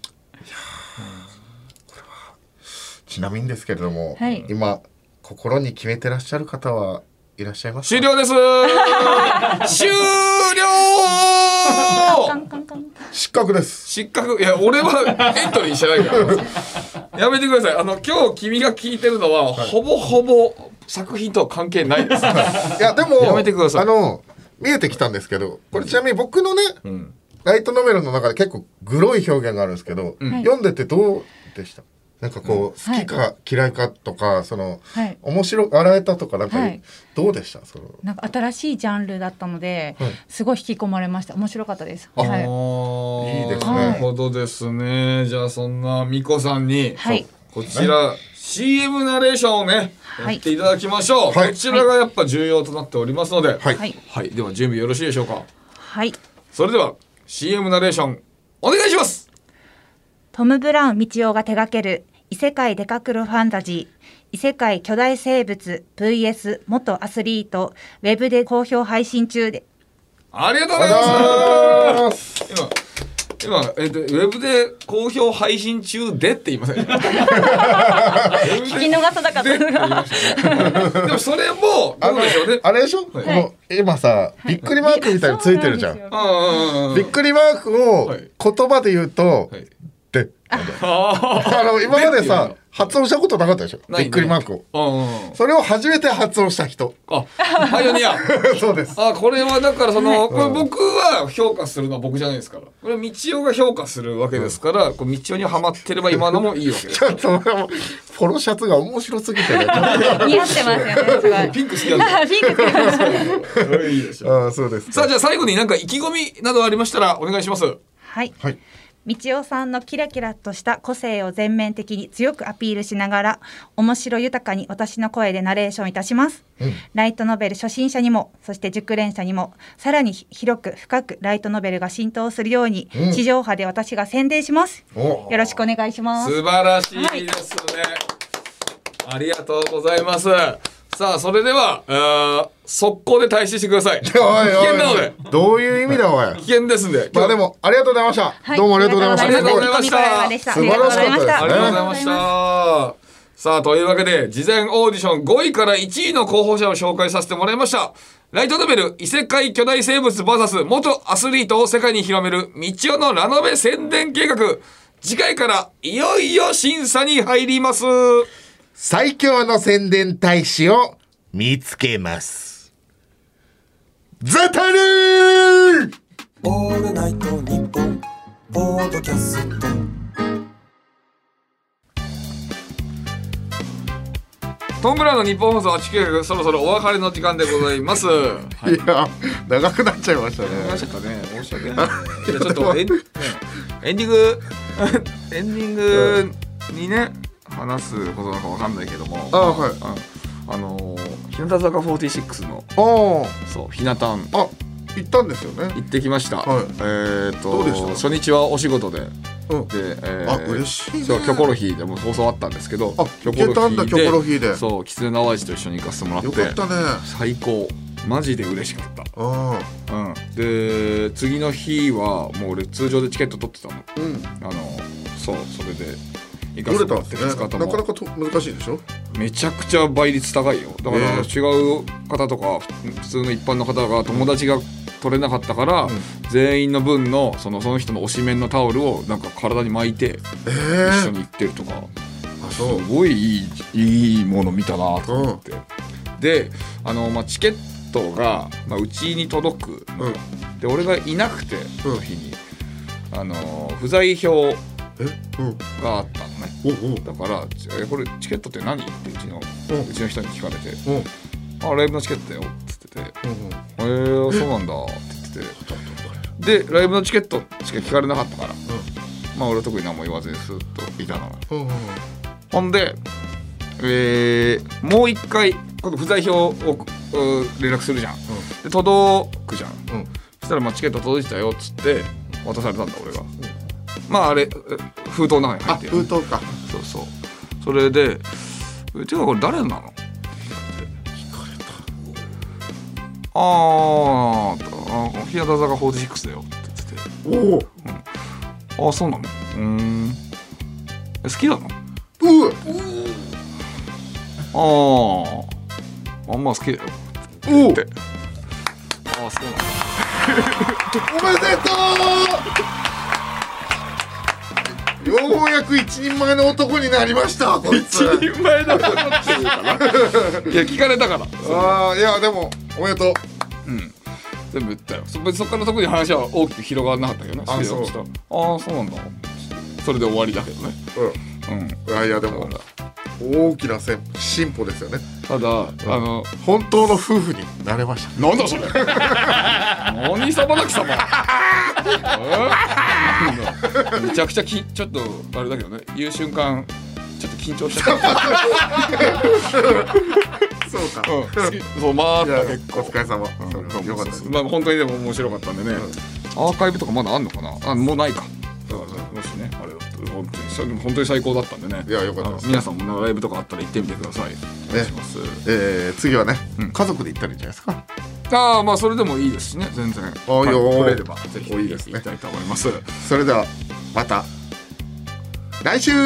Speaker 1: ちなみにですけれども、はい、今心に決めてらっしゃる方はいらっしゃいますか。
Speaker 3: 終了です。終了。
Speaker 1: 失格です。
Speaker 3: 失格。いや俺はエントリーしてないからやめてください。あの今日君が聞いてるのは、はい、ほぼほぼ作品とは関係ないです。い
Speaker 1: やでも
Speaker 3: やめてください。
Speaker 1: あの見えてきたんですけど、これちなみに僕のね、うん、ライトノベルの中で結構グロい表現があるんですけど、うん、読んでてどうでした。なんかこう、うん、好きか嫌いかとか、はい、その、はい、面白笑えたとかなんか、はい、どうでした。その
Speaker 7: なんか新しいジャンルだったので、はい、すごい引き込まれました。面白かったです。あ、はい、
Speaker 3: いいですね。なるほどですね。じゃあそんなみこさんに、はい、こちら シーエム ナレーションをね、はい、やっていただきましょう。はい、こちらがやっぱ重要となっておりますので、はい、はいはい、では準備よろしいでしょうか。
Speaker 7: はい。
Speaker 3: それでは シーエム ナレーションお願いします。
Speaker 7: トム・ブラウン・道夫が手掛ける異世界デカクロファンタジー異世界巨大生物 ブイエス 元アスリートウェブで好評配信中で。
Speaker 3: ありがとうございます。今今、えーと、ウェブで好評配信中でって言いません。聞
Speaker 7: き逃さなかったです
Speaker 3: が。でもそれもどうでしょうね。
Speaker 1: あれでしょ、はい、この今さびっくりマークみたいについてるじゃん、はい、びっくりマークを言葉で言うと、はい、であの今までさ発音したことなかったでしょ、びっくりマークを。それを初めて発音した人。
Speaker 3: あ、パイオニア。
Speaker 1: そうです。
Speaker 3: あ、これはだからその、これ僕は評価するのは僕じゃないですから。これ道夫が評価するわけですから、こう道夫にはまってれば今のもいいわけです。
Speaker 1: ちょっとポロシャツが面白すぎてね。似
Speaker 7: 合ってますよね。すごい。
Speaker 3: ピンク好きなんです。ピンク好きなんです。いいでしょ。
Speaker 1: あ、そうです。
Speaker 3: さあじゃあ最後になんか意気込みなどありましたらお願いします。
Speaker 7: はい。はい。道夫さんのキラキラとした個性を全面的に強くアピールしながら面白豊かに私の声でナレーションいたします、うん、ライトノベル初心者にもそして熟練者にもさらに広く深くライトノベルが浸透するように、うん、地上波で私が宣伝します。よろしくお願いします。
Speaker 3: 素晴らしいですね、はい、ありがとうございます。さあそれではあ速攻で退出してください。危険なので。
Speaker 1: どういう意味だおい。
Speaker 3: 危険ですんで。
Speaker 1: まあでもありがとうございました。はい、どうもありがとうございました。
Speaker 3: ありがとうございました。
Speaker 1: 素晴らしかったです。
Speaker 3: ありがとうございました。さあというわけで事前オーディションごいからいちいの候補者を紹介させてもらいました。ライトノベル異世界巨大生物 ブイエス 元アスリートを世界に広める道夫のラノベ宣伝計画。 次回からいよいよ審査に入ります。
Speaker 1: 最強の宣伝大使を見つけます。ザタルー
Speaker 8: オールナイトニッポンポッドキャスト。
Speaker 3: トム・ブラウンの日本放送はちきゅうきゅうそろそろお別れの時間でございます、はい、
Speaker 1: いや長くなっちゃいましたね。
Speaker 3: 長くなっちゃったね。申し訳ない。ちょっとエン、エンディングエンディングにね話すことなんかわかんないけども、
Speaker 1: あ、はい、
Speaker 3: あ, あのー、日向坂フォーティーシックスのそうひなたん
Speaker 1: あ行ったんですよね。
Speaker 3: 行ってきました、はい、えーと
Speaker 1: どうでした
Speaker 3: 初日はお仕事で、
Speaker 1: うん、
Speaker 3: で、えー、
Speaker 1: あ嬉しいね。
Speaker 3: そうキョコロヒーでも放送あったんですけど、
Speaker 1: あ行けたんだキョコロヒーで。
Speaker 3: そうキツネの淡路と一緒に行かせてもらって
Speaker 1: よかったね。
Speaker 3: 最高マジで嬉しかった。
Speaker 1: あ、
Speaker 3: うん、で次の日はもう俺通常でチケット取ってたの、うん、あのそうそれで行かせてもらってふつかとも
Speaker 1: なかなかと難しいでしょ。
Speaker 3: めちゃくちゃ倍率高いよ。だから違う方とか普通の一般の方が友達が取れなかったから、うん、全員の分のそのその人の推しメンのタオルをなんか体に巻いて一緒に行ってるとか、あすごいいい、いいもの見たなと思って、うん、であの、まあ、チケットが、まあ、うちに届く、うん、で俺がいなくてその日に、うん、あの不在票があったのね、うん、だからえこれチケットって何ってうちの、うん、うちの人に聞かれて、うん、あライブのチケットだよっつってて、うんうん、えー、そうなんだって言っててでライブのチケットしか聞かれなかったから、うん、まあ俺は特に何も言わずにスーッといたの、うんうんうん、ほんで、えー、もう一回今度不在票を連絡するじゃん、うん、で届くじゃん、うん、そしたらまあチケット届いてたよっつって渡されたんだ俺が、うん、まああれ封筒の中に入ってる、
Speaker 1: ね、封筒か
Speaker 3: そうそうそれで「てかこれ誰なの?」って
Speaker 1: 聞かれた。
Speaker 3: ああ日向坂フォーティーシックスだよって言ってて、おお、うん、ああそうなの、うーん好きなの、
Speaker 1: う
Speaker 3: あああんま好きだよって言ってああそうなの
Speaker 1: おめでとうようやく一人前の男になりましたこいつ。
Speaker 3: 一人前の男っていうかないや聞かれたから
Speaker 1: ああいやでもおめでとう。
Speaker 3: うん全部言ったよ。 そ, そっから特に話は大きく広がらなかったけどね。
Speaker 1: あそう
Speaker 3: ああそうなんだそれで終わりだけどね。
Speaker 1: うん、うん、いやいやでも大きな進歩ですよね。
Speaker 3: ただ、うん、あの
Speaker 1: 本当の夫婦になれました。
Speaker 3: なんだそれ何様だ貴様めちゃくちゃきちょっとあれだけどね言う瞬間ちょっと緊張しちゃった
Speaker 1: そうか、
Speaker 3: うん、そうまあ結構
Speaker 1: お疲れ様、うん、よかったです。
Speaker 3: まあ本当にでも面白かったんでね、うん、アーカイブとかまだあんのかなあもうないか、うん、もしねあれ本当に本当に最高だったんでね。
Speaker 1: いやよかったです。
Speaker 3: 皆さんもライブとかあったら行ってみてください。お願いします、
Speaker 1: えー、次はね、うん、家族で行ったらいいんじゃないですか。
Speaker 3: ああまあそれでもいいですしね全然。あ
Speaker 1: あいや
Speaker 3: 来れればぜひいいですね行きたいと思います。
Speaker 1: それではまた来週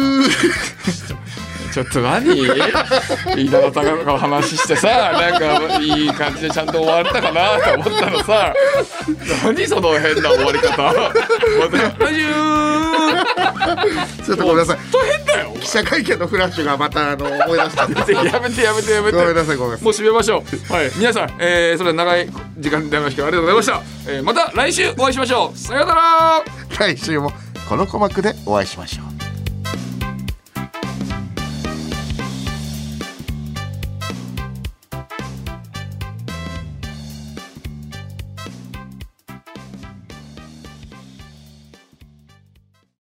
Speaker 3: ちょっと何飯田の高の話してさなんかいい感じでちゃんと終わったかなと思ったのさ何その変な終わり方また来週
Speaker 1: ちょっとごめんなさい
Speaker 3: 大変だよ
Speaker 1: 記者会見のフラッシュがまたあの思い出したんで
Speaker 3: やめてやめてやめて
Speaker 1: ごめんなさいごめんなさい
Speaker 3: もう締めましょう。はい皆さん、えー、それでは長い時間でありましたありがとうございました、えー、また来週お会いしましょう。さようなら。
Speaker 1: 来週もこの鼓膜でお会いしましょう。